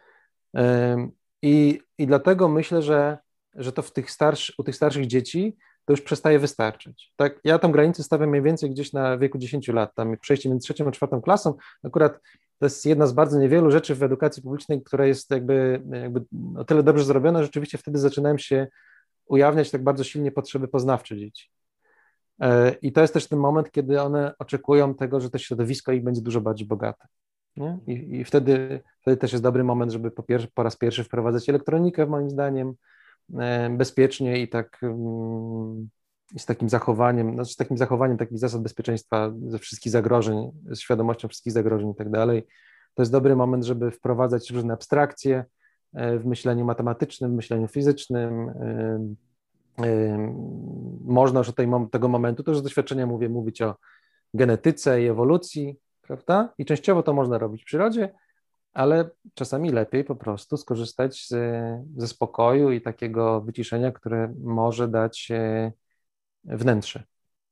I, I dlatego myślę, że, że to w tych starszy, u tych starszych dzieci to już przestaje wystarczyć. Tak? Ja tam granicę stawiam mniej więcej gdzieś na wieku dziesięciu lat, tam przejście między trzecią a czwartą klasą, akurat to jest jedna z bardzo niewielu rzeczy w edukacji publicznej, która jest jakby, jakby o tyle dobrze zrobiona, że rzeczywiście wtedy zaczynają się ujawniać tak bardzo silnie potrzeby poznawcze dzieci. I to jest też ten moment, kiedy one oczekują tego, że to środowisko ich będzie dużo bardziej bogate. Nie? I, i wtedy, wtedy też jest dobry moment, żeby po, pier- po raz pierwszy wprowadzać elektronikę, moim zdaniem, e, bezpiecznie i tak mm, i z takim zachowaniem, znaczy z takim zachowaniem takich zasad bezpieczeństwa ze wszystkich zagrożeń, z świadomością wszystkich zagrożeń i tak dalej. To jest dobry moment, żeby wprowadzać różne abstrakcje e, w myśleniu matematycznym, w myśleniu fizycznym. E, e, można już od tej, tego momentu, to już z doświadczenia mówię, mówić o genetyce i ewolucji, prawda? I częściowo to można robić w przyrodzie, ale czasami lepiej po prostu skorzystać z, ze spokoju i takiego wyciszenia, które może dać wnętrze.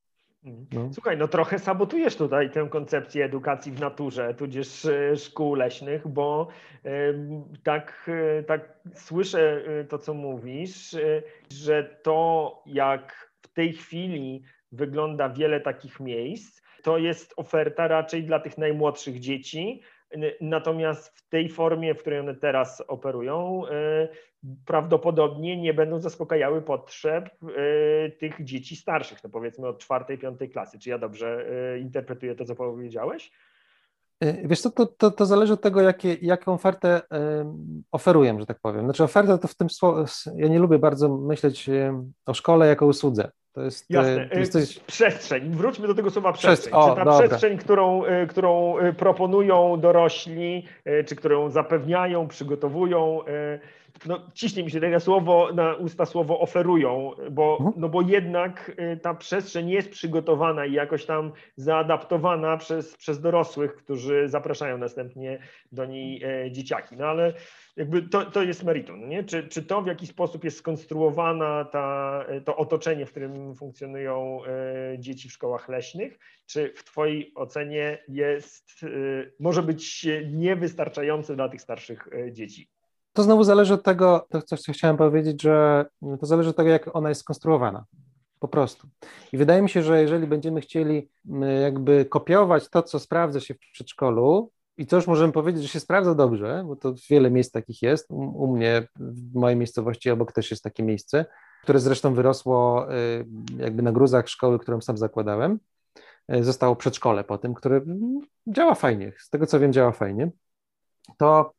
No. Słuchaj, no trochę sabotujesz tutaj tę koncepcję edukacji w naturze, tudzież szkół leśnych, bo y, tak, y, tak słyszę to, co mówisz, y, że to, jak w tej chwili wygląda wiele takich miejsc, to jest oferta raczej dla tych najmłodszych dzieci, natomiast w tej formie, w której one teraz operują, prawdopodobnie nie będą zaspokajały potrzeb tych dzieci starszych, no powiedzmy od czwartej, piątej klasy. Czy ja dobrze interpretuję to, co powiedziałeś? Wiesz co, to, to, to zależy od tego, jakie, jaką ofertę oferuję, że tak powiem. Znaczy oferta to w tym słowie, ja nie lubię bardzo myśleć o szkole jako usłudze. To jest, Jasne. to jest coś... Przestrzeń. Wróćmy do tego słowa przestrzeń. Przest... O, czy ta dobra. przestrzeń, którą, którą proponują dorośli, czy którą zapewniają, przygotowują, no ciśnie mi się tego słowo na usta słowo oferują, bo, mhm. no bo jednak ta przestrzeń jest przygotowana i jakoś tam zaadaptowana przez, przez dorosłych, którzy zapraszają następnie do niej dzieciaki. No ale jakby to, to jest meritum, nie? Czy, czy to w jakiś sposób jest skonstruowana ta, to otoczenie, w którym funkcjonują dzieci w szkołach leśnych, czy w twojej ocenie jest, może być niewystarczające dla tych starszych dzieci? To znowu zależy od tego, to coś, co chciałem powiedzieć, że to zależy od tego, jak ona jest skonstruowana, po prostu. I wydaje mi się, że jeżeli będziemy chcieli jakby kopiować to, co sprawdza się w przedszkolu i co już możemy powiedzieć, że się sprawdza dobrze, bo to wiele miejsc takich jest, u, u mnie, w mojej miejscowości obok też jest takie miejsce, które zresztą wyrosło jakby na gruzach szkoły, którą sam zakładałem, zostało przedszkole po tym, które działa fajnie, z tego co wiem działa fajnie, to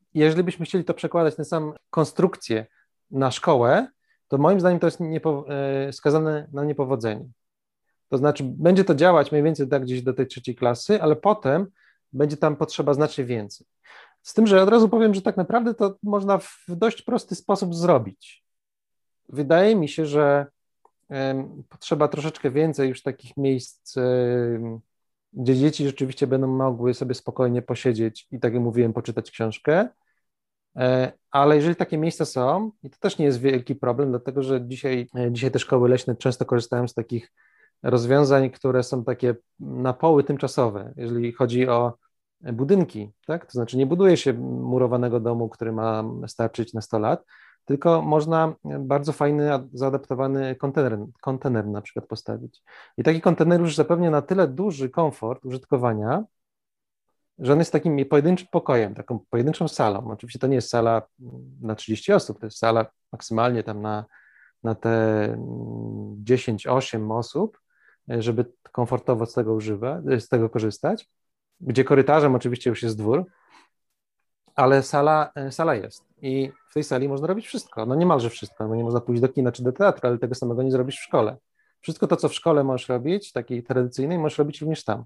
jeżeli byśmy chcieli to przekładać na sam konstrukcję na szkołę, to moim zdaniem to jest niepo, skazane na niepowodzenie. To znaczy będzie to działać mniej więcej tak gdzieś do tej trzeciej klasy, ale potem będzie tam potrzeba znacznie więcej. Z tym, że od razu powiem, że tak naprawdę to można w dość prosty sposób zrobić. Wydaje mi się, że um, potrzeba troszeczkę więcej już takich miejsc, um, gdzie dzieci rzeczywiście będą mogły sobie spokojnie posiedzieć i, tak jak mówiłem, poczytać książkę, e, ale jeżeli takie miejsca są, i to też nie jest wielki problem, dlatego że dzisiaj, e, dzisiaj te szkoły leśne często korzystają z takich rozwiązań, które są takie na poły tymczasowe, jeżeli chodzi o budynki, tak? To znaczy nie buduje się murowanego domu, który ma starczyć na sto lat, tylko można bardzo fajny, zaadaptowany kontener, kontener na przykład postawić. I taki kontener już zapewnia na tyle duży komfort użytkowania, że on jest takim pojedynczym pokojem, taką pojedynczą salą. Oczywiście to nie jest sala na trzydzieści osób, to jest sala maksymalnie tam na, na te dziesięć osiem osób, żeby komfortowo z tego używać, z tego korzystać, gdzie korytarzem oczywiście już jest dwór, ale sala, sala jest i w tej sali można robić wszystko, no niemalże wszystko, bo nie można pójść do kina czy do teatru, ale tego samego nie zrobisz w szkole. Wszystko to, co w szkole możesz robić, takiej tradycyjnej, możesz robić również tam.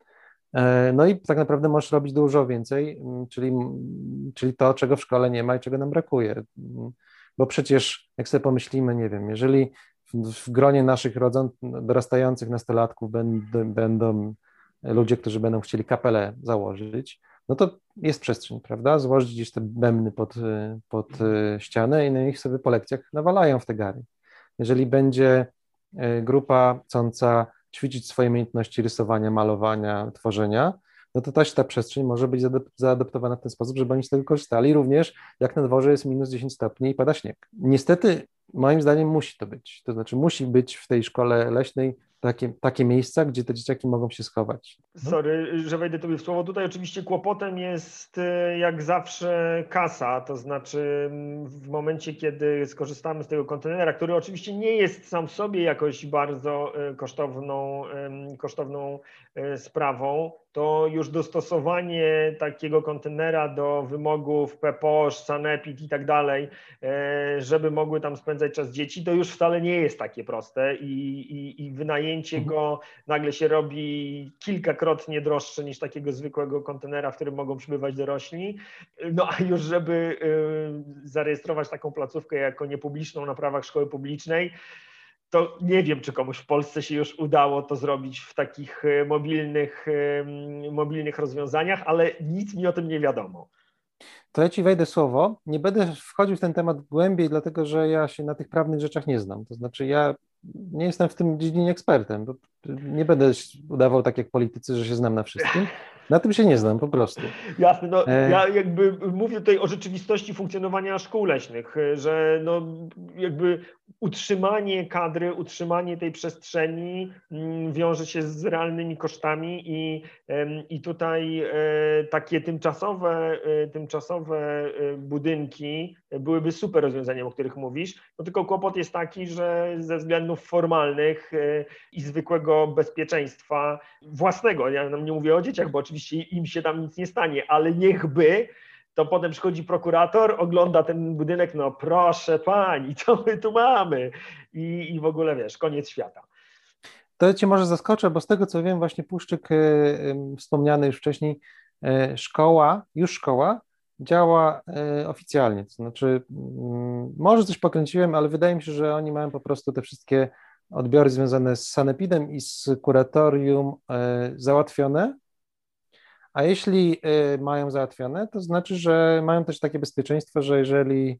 No i tak naprawdę możesz robić dużo więcej, czyli, czyli to, czego w szkole nie ma i czego nam brakuje, bo przecież jak sobie pomyślimy, nie wiem, jeżeli w, w gronie naszych rodzon, dorastających nastolatków będą, będą ludzie, którzy będą chcieli kapelę założyć, no to jest przestrzeń, prawda? Złożyć gdzieś te bębny pod, pod ścianę i na nich sobie po lekcjach nawalają w te gary. Jeżeli będzie grupa chcąca ćwiczyć swoje umiejętności rysowania, malowania, tworzenia, no to też ta przestrzeń może być zaadaptowana w ten sposób, żeby oni z tego korzystali, również jak na dworze jest minus dziesięć stopni i pada śnieg. Niestety, moim zdaniem musi to być, to znaczy musi być w tej szkole leśnej takie, takie miejsca, gdzie te dzieciaki mogą się schować. Sorry, że wejdę tobie w słowo. Tutaj oczywiście kłopotem jest jak zawsze kasa, to znaczy w momencie, kiedy skorzystamy z tego kontenera, który oczywiście nie jest sam w sobie jakoś bardzo kosztowną, kosztowną sprawą, to już dostosowanie takiego kontenera do wymogów P P O Sz, Sanepid i tak dalej, żeby mogły tam spędzać czas dzieci, to już wcale nie jest takie proste i, i, i wynajęcie Mhm. go nagle się robi kilkakrotnie droższe niż takiego zwykłego kontenera, w którym mogą przybywać dorośli. No a już żeby zarejestrować taką placówkę jako niepubliczną na prawach szkoły publicznej, to nie wiem, czy komuś w Polsce się już udało to zrobić w takich mobilnych, mobilnych rozwiązaniach, ale nic mi o tym nie wiadomo. To ja ci wejdę słowo. Nie będę wchodził w ten temat głębiej, dlatego że ja się na tych prawnych rzeczach nie znam. To znaczy ja nie jestem w tym dziedzinie ekspertem. Bo nie będę udawał tak jak politycy, że się znam na wszystkim. Na tym się nie znam po prostu. Jasne, no ja jakby mówię tutaj o rzeczywistości funkcjonowania szkół leśnych, że no jakby utrzymanie kadry, utrzymanie tej przestrzeni wiąże się z realnymi kosztami i, i tutaj takie tymczasowe, tymczasowe budynki byłyby super rozwiązaniem, o których mówisz, no tylko kłopot jest taki, że ze względów formalnych i zwykłego bezpieczeństwa własnego, ja nie mówię o dzieciach, bo oczywiście im się tam nic nie stanie, ale niechby, to potem przychodzi prokurator, ogląda ten budynek, no proszę pani, co my tu mamy? I, i w ogóle wiesz, koniec świata. To cię może zaskoczę, bo z tego co wiem, właśnie Puszczyk, wspomniany już wcześniej, szkoła, już szkoła, działa oficjalnie, to znaczy może coś pokręciłem, ale wydaje mi się, że oni mają po prostu te wszystkie odbiory związane z sanepidem i z kuratorium załatwione, a jeśli mają załatwione, to znaczy, że mają też takie bezpieczeństwo, że jeżeli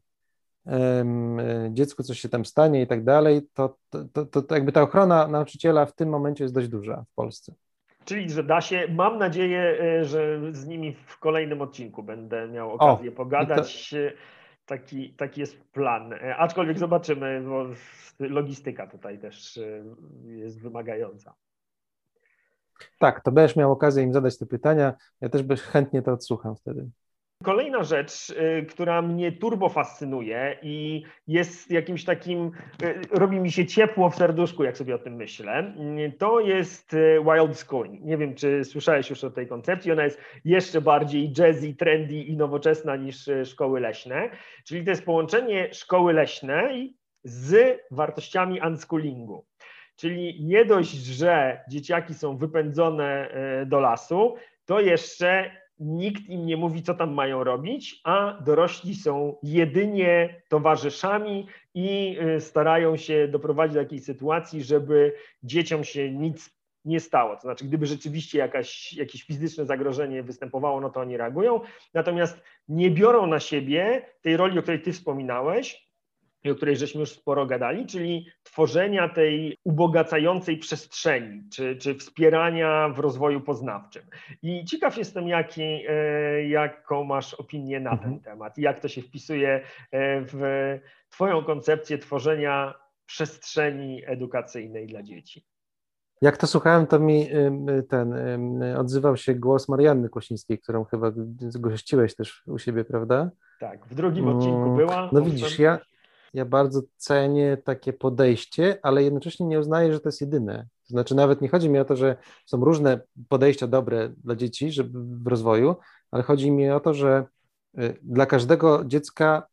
dziecku coś się tam stanie i tak dalej, to, to, to, to jakby ta ochrona nauczyciela w tym momencie jest dość duża w Polsce. Czyli, że da się, mam nadzieję, że z nimi w kolejnym odcinku będę miał okazję o, pogadać. To... Taki, taki jest plan. Aczkolwiek zobaczymy, bo logistyka tutaj też jest wymagająca. Tak, to będziesz miał okazję im zadać te pytania. Ja też chętnie to odsłucham wtedy. Kolejna rzecz, która mnie turbo fascynuje i jest jakimś takim, robi mi się ciepło w serduszku, jak sobie o tym myślę, to jest wild schooling. Nie wiem, czy słyszałeś już o tej koncepcji, ona jest jeszcze bardziej jazzy, trendy i nowoczesna niż szkoły leśne, czyli to jest połączenie szkoły leśnej z wartościami unschoolingu. Czyli nie dość, że dzieciaki są wypędzone do lasu, to jeszcze nikt im nie mówi, co tam mają robić, a dorośli są jedynie towarzyszami i starają się doprowadzić do takiej sytuacji, żeby dzieciom się nic nie stało. To znaczy, gdyby rzeczywiście jakaś, jakieś fizyczne zagrożenie występowało, no to oni reagują, natomiast nie biorą na siebie tej roli, o której ty wspominałeś, i o której żeśmy już sporo gadali, czyli tworzenia tej ubogacającej przestrzeni, czy, czy wspierania w rozwoju poznawczym. I ciekaw jestem, jaki, jaką masz opinię na ten temat i jak to się wpisuje w twoją koncepcję tworzenia przestrzeni edukacyjnej dla dzieci. Jak to słuchałem, to mi ten odzywał się głos Marianny Kłosińskiej, którą chyba gościłeś też u siebie, prawda? Tak, w drugim odcinku była. No widzisz, ja Ja bardzo cenię takie podejście, ale jednocześnie nie uznaję, że to jest jedyne. To znaczy nawet nie chodzi mi o to, że są różne podejścia dobre dla dzieci żeby w rozwoju, ale chodzi mi o to, że dla każdego dziecka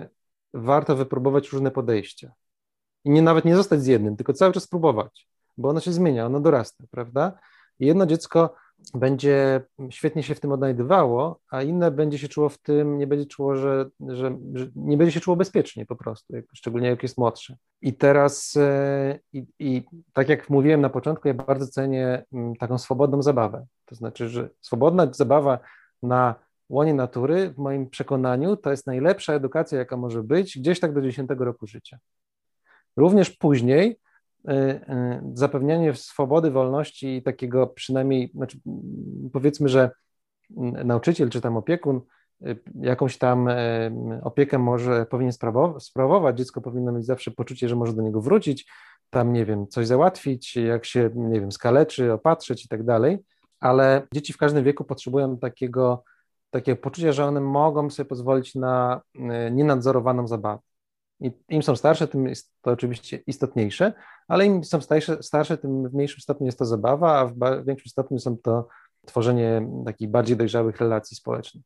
warto wypróbować różne podejścia. I nie nawet nie zostać z jednym, tylko cały czas próbować, bo ono się zmienia, ono dorasta, prawda? I jedno dziecko będzie świetnie się w tym odnajdywało, a inne będzie się czuło w tym, nie będzie czuło, że, że, że nie będzie się czuło bezpiecznie po prostu, jak, szczególnie jak jest młodsze. I teraz, e, i, i tak jak mówiłem na początku, ja bardzo cenię m, taką swobodną zabawę. To znaczy, że swobodna zabawa na łonie natury, w moim przekonaniu, to jest najlepsza edukacja, jaka może być, gdzieś tak do dziesiątego roku życia. Również później zapewnianie swobody, wolności i takiego przynajmniej, znaczy powiedzmy, że nauczyciel czy tam opiekun jakąś tam opiekę może, powinien sprawować, dziecko powinno mieć zawsze poczucie, że może do niego wrócić, tam, nie wiem, coś załatwić, jak się, nie wiem, skaleczy, opatrzeć i tak dalej, ale dzieci w każdym wieku potrzebują takiego, takiego poczucia, że one mogą sobie pozwolić na nienadzorowaną zabawę. I im są starsze, tym jest to oczywiście istotniejsze, ale im są starsze, starsze, tym w mniejszym stopniu jest to zabawa, a w, w większym stopniu są to tworzenie takich bardziej dojrzałych relacji społecznych.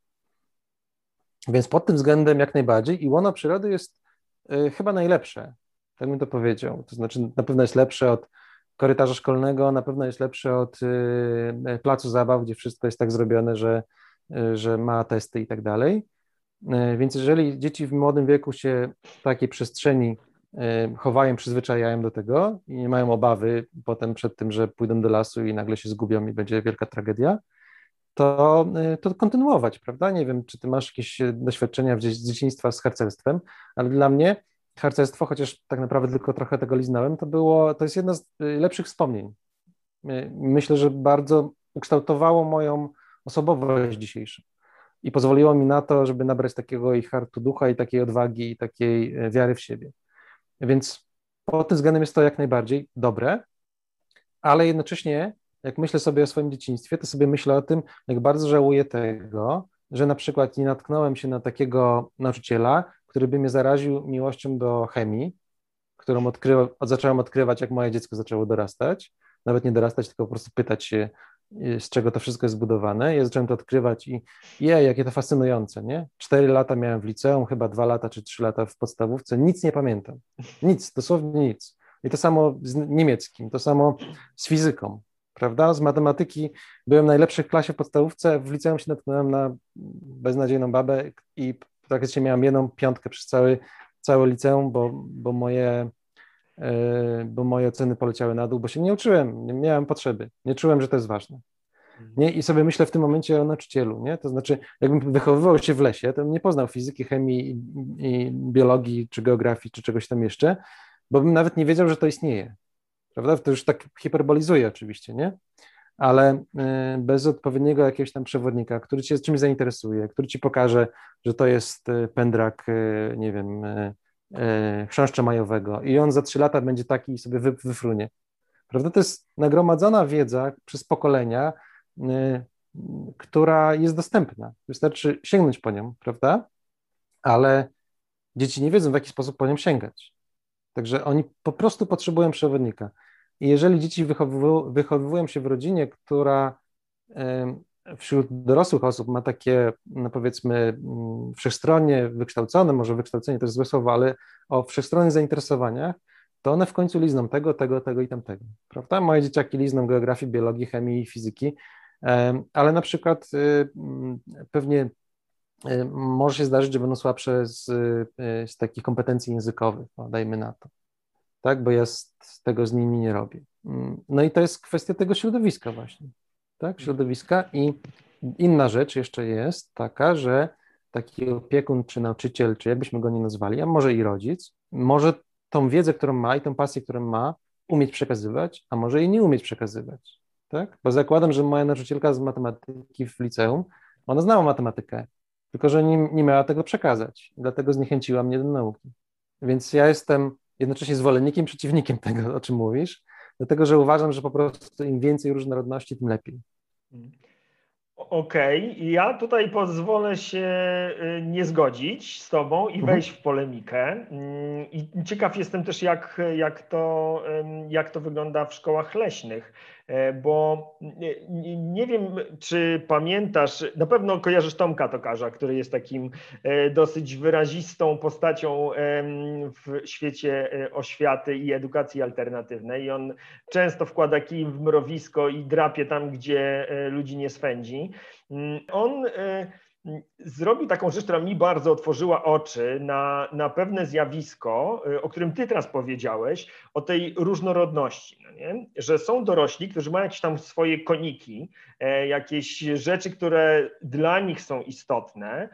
Więc pod tym względem jak najbardziej i łono przyrody jest y, chyba najlepsze, tak bym to powiedział. To znaczy na pewno jest lepsze od korytarza szkolnego, na pewno jest lepsze od y, placu zabaw, gdzie wszystko jest tak zrobione, że, y, że ma testy i tak dalej. Więc jeżeli dzieci w młodym wieku się w takiej przestrzeni chowają, przyzwyczajają do tego i nie mają obawy potem przed tym, że pójdą do lasu i nagle się zgubią i będzie wielka tragedia, to, to kontynuować, prawda? Nie wiem, czy ty masz jakieś doświadczenia z dzieciństwa z harcerstwem, ale dla mnie harcerstwo, chociaż tak naprawdę tylko trochę tego liznąłem, to było, to jest jedno z lepszych wspomnień. Myślę, że bardzo ukształtowało moją osobowość dzisiejszą. I pozwoliło mi na to, żeby nabrać takiego i hartu ducha, i takiej odwagi, i takiej wiary w siebie. Więc pod tym względem jest to jak najbardziej dobre, ale jednocześnie, jak myślę sobie o swoim dzieciństwie, to sobie myślę o tym, jak bardzo żałuję tego, że na przykład nie natknąłem się na takiego nauczyciela, który by mnie zaraził miłością do chemii, którą odkrywa, zacząłem odkrywać, jak moje dziecko zaczęło dorastać, nawet nie dorastać, tylko po prostu pytać się, z czego to wszystko jest zbudowane. Ja zacząłem to odkrywać i jej, jakie to fascynujące, nie? Cztery lata miałem w liceum, chyba dwa lata czy trzy lata w podstawówce, nic nie pamiętam. Nic, dosłownie nic. I to samo z niemieckim, to samo z fizyką, prawda? Z matematyki byłem najlepszy w klasie w podstawówce, w liceum się natknąłem na beznadziejną babę i praktycznie miałem jedną piątkę przez cały, całe liceum, bo, bo moje bo moje oceny poleciały na dół, bo się nie uczyłem, nie miałem potrzeby, nie czułem, że to jest ważne. Nie? I sobie myślę w tym momencie o nauczycielu, nie? To znaczy, jakbym wychowywał się w lesie, to bym nie poznał fizyki, chemii, i, i biologii, czy geografii, czy czegoś tam jeszcze, bo bym nawet nie wiedział, że to istnieje, prawda? To już tak hiperbolizuję oczywiście, nie? Ale bez odpowiedniego jakiegoś tam przewodnika, który cię czymś zainteresuje, który ci pokaże, że to jest pędrak, nie wiem, chrząszcza majowego i on za trzy lata będzie taki i sobie wy, wyfrunie. Prawda? To jest nagromadzona wiedza przez pokolenia, która jest dostępna. Wystarczy sięgnąć po nią, prawda? Ale dzieci nie wiedzą, w jaki sposób po nią sięgać. Także oni po prostu potrzebują przewodnika. I jeżeli dzieci wychowują, wychowują się w rodzinie, która wśród dorosłych osób ma takie, no powiedzmy, wszechstronnie wykształcone, może wykształcenie to jest złe słowo, ale o wszechstronnych zainteresowaniach, to one w końcu lizną tego, tego, tego i tamtego, prawda? Moje dzieciaki lizną geografii, biologii, chemii, fizyki, ale na przykład pewnie może się zdarzyć, że będą słabsze z, z takich kompetencji językowych, no, dajmy na to, tak, bo ja z, z tego z nimi nie robię. No i to jest kwestia tego środowiska właśnie, tak, środowiska. I inna rzecz jeszcze jest taka, że taki opiekun, czy nauczyciel, czy jakbyśmy go nie nazwali, a może i rodzic, może tą wiedzę, którą ma i tą pasję, którą ma, umieć przekazywać, a może i nie umieć przekazywać, tak, bo zakładam, że moja nauczycielka z matematyki w liceum, ona znała matematykę, tylko że nie, nie miała tego przekazać, dlatego zniechęciła mnie do nauki. Więc ja jestem jednocześnie zwolennikiem, przeciwnikiem tego, o czym mówisz, dlatego że uważam, że po prostu im więcej różnorodności, tym lepiej. Okej, okay. Ja tutaj pozwolę się nie zgodzić z tobą i wejść w polemikę. I ciekaw jestem też, jak, jak, to, jak to wygląda w szkołach leśnych, bo nie, nie wiem, czy pamiętasz, na pewno kojarzysz Tomka Tokarza, który jest takim dosyć wyrazistą postacią w świecie oświaty i edukacji alternatywnej. I on często wkłada kij w mrowisko i drapie tam, gdzie ludzi nie swędzi. On zrobił taką rzecz, która mi bardzo otworzyła oczy na, na pewne zjawisko, o którym ty teraz powiedziałeś, o tej różnorodności, no nie? Że są dorośli, którzy mają jakieś tam swoje koniki, jakieś rzeczy, które dla nich są istotne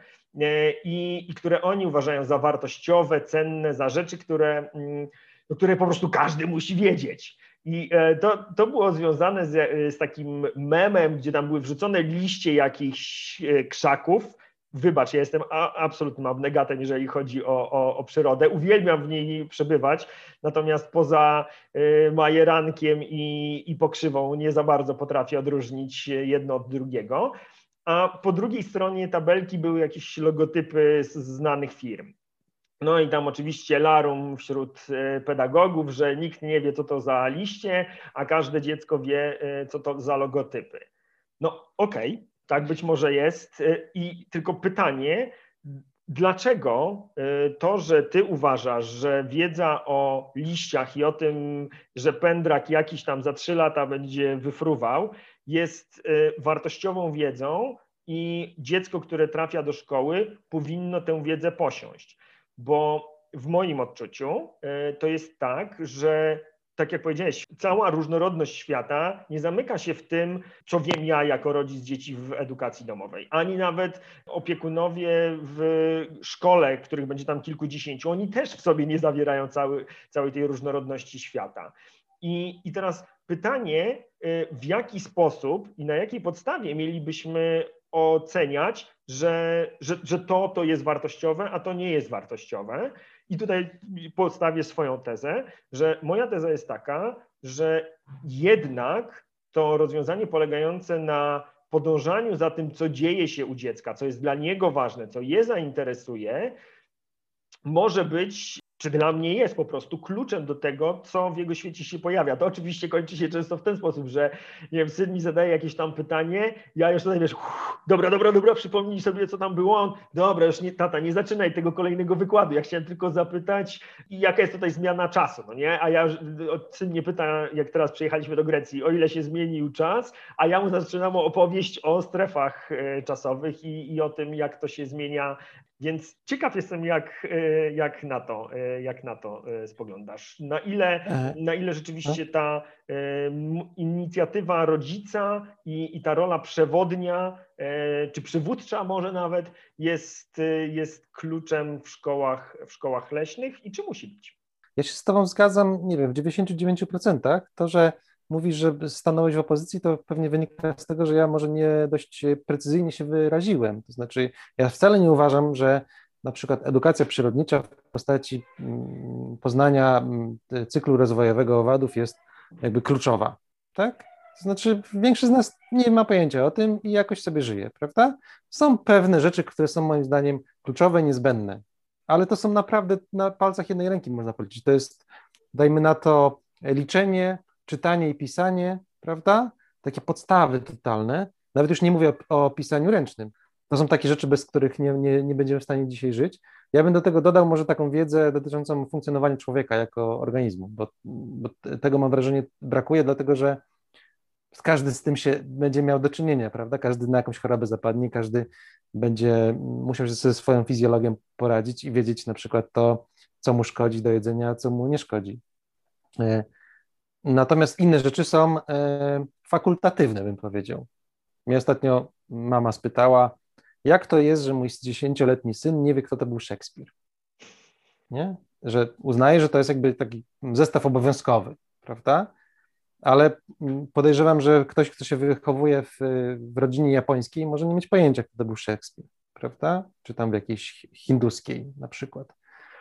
i, i które oni uważają za wartościowe, cenne, za rzeczy, które, które po prostu każdy musi wiedzieć. I to, to było związane z, z takim memem, gdzie tam były wrzucone liście jakichś krzaków. Wybacz, ja jestem a, absolutnym abnegatem, jeżeli chodzi o, o, o przyrodę. Uwielbiam w niej przebywać, natomiast poza y, majerankiem i, i pokrzywą nie za bardzo potrafię odróżnić jedno od drugiego. A po drugiej stronie tabelki były jakieś logotypy z znanych firm. No i tam oczywiście larum wśród pedagogów, że nikt nie wie, co to za liście, a każde dziecko wie, co to za logotypy. No okej, okay, tak być może jest. I tylko pytanie, dlaczego to, że ty uważasz, że wiedza o liściach i o tym, że pędrak jakiś tam za trzy lata będzie wyfruwał, jest wartościową wiedzą i dziecko, które trafia do szkoły, powinno tę wiedzę posiąść? Bo w moim odczuciu to jest tak, że tak jak powiedziałeś, cała różnorodność świata nie zamyka się w tym, co wiem ja jako rodzic dzieci w edukacji domowej. Ani nawet opiekunowie w szkole, których będzie tam kilkudziesięciu, oni też w sobie nie zawierają cały, całej tej różnorodności świata. I, I teraz pytanie, w jaki sposób i na jakiej podstawie mielibyśmy oceniać, że, że, że to, to jest wartościowe, a to nie jest wartościowe. I tutaj postawię swoją tezę, że moja teza jest taka, że jednak to rozwiązanie polegające na podążaniu za tym, co dzieje się u dziecka, co jest dla niego ważne, co je zainteresuje, może być, czy dla mnie jest po prostu kluczem do tego, co w jego świecie się pojawia. To oczywiście kończy się często w ten sposób, że nie wiem, syn mi zadaje jakieś tam pytanie, ja już tutaj wiesz, uff, dobra, dobra, dobra, przypomnij sobie, co tam było. On, dobra, już nie, tata, nie zaczynaj tego kolejnego wykładu. Ja chciałem tylko zapytać, jaka jest tutaj zmiana czasu, no nie? A ja, syn mnie pyta, jak teraz przyjechaliśmy do Grecji, o ile się zmienił czas, a ja mu zaczynam opowieść o strefach czasowych i, i o tym, jak to się zmienia. Więc ciekaw jestem, jak, jak, na to, jak na to spoglądasz. Na ile, na ile rzeczywiście ta inicjatywa rodzica i, i ta rola przewodnia, czy przywódcza może nawet, jest, jest kluczem w szkołach, w szkołach leśnych i czy musi być? Ja się z tobą zgadzam, nie wiem, w dziewięćdziesięciu dziewięciu procentach. To, że mówisz, że stanąłeś w opozycji, to pewnie wynika z tego, że ja może nie dość precyzyjnie się wyraziłem. To znaczy, ja wcale nie uważam, że na przykład edukacja przyrodnicza w postaci poznania cyklu rozwojowego owadów jest jakby kluczowa, tak? To znaczy większość z nas nie ma pojęcia o tym i jakoś sobie żyje, prawda? Są pewne rzeczy, które są moim zdaniem kluczowe, niezbędne, ale to są naprawdę na palcach jednej ręki można policzyć. To jest, dajmy na to, liczenie, czytanie i pisanie, prawda? Takie podstawy totalne. Nawet już nie mówię o, o pisaniu ręcznym. To są takie rzeczy, bez których nie, nie, nie będziemy w stanie dzisiaj żyć. Ja bym do tego dodał może taką wiedzę dotyczącą funkcjonowania człowieka jako organizmu, bo, bo tego mam wrażenie brakuje, dlatego że każdy z tym się będzie miał do czynienia, prawda? Każdy na jakąś chorobę zapadnie, każdy będzie musiał się ze swoją fizjologią poradzić i wiedzieć na przykład to, co mu szkodzi do jedzenia, a co mu nie szkodzi. Natomiast inne rzeczy są fakultatywne, bym powiedział. Mnie ostatnio mama spytała, jak to jest, że mój dziesięcioletni syn nie wie, kto to był Szekspir, nie? Że uznaje, że to jest jakby taki zestaw obowiązkowy, prawda? Ale podejrzewam, że ktoś, kto się wychowuje w, w rodzinie japońskiej, może nie mieć pojęcia, kto to był Szekspir, prawda? Czy tam w jakiejś hinduskiej na przykład.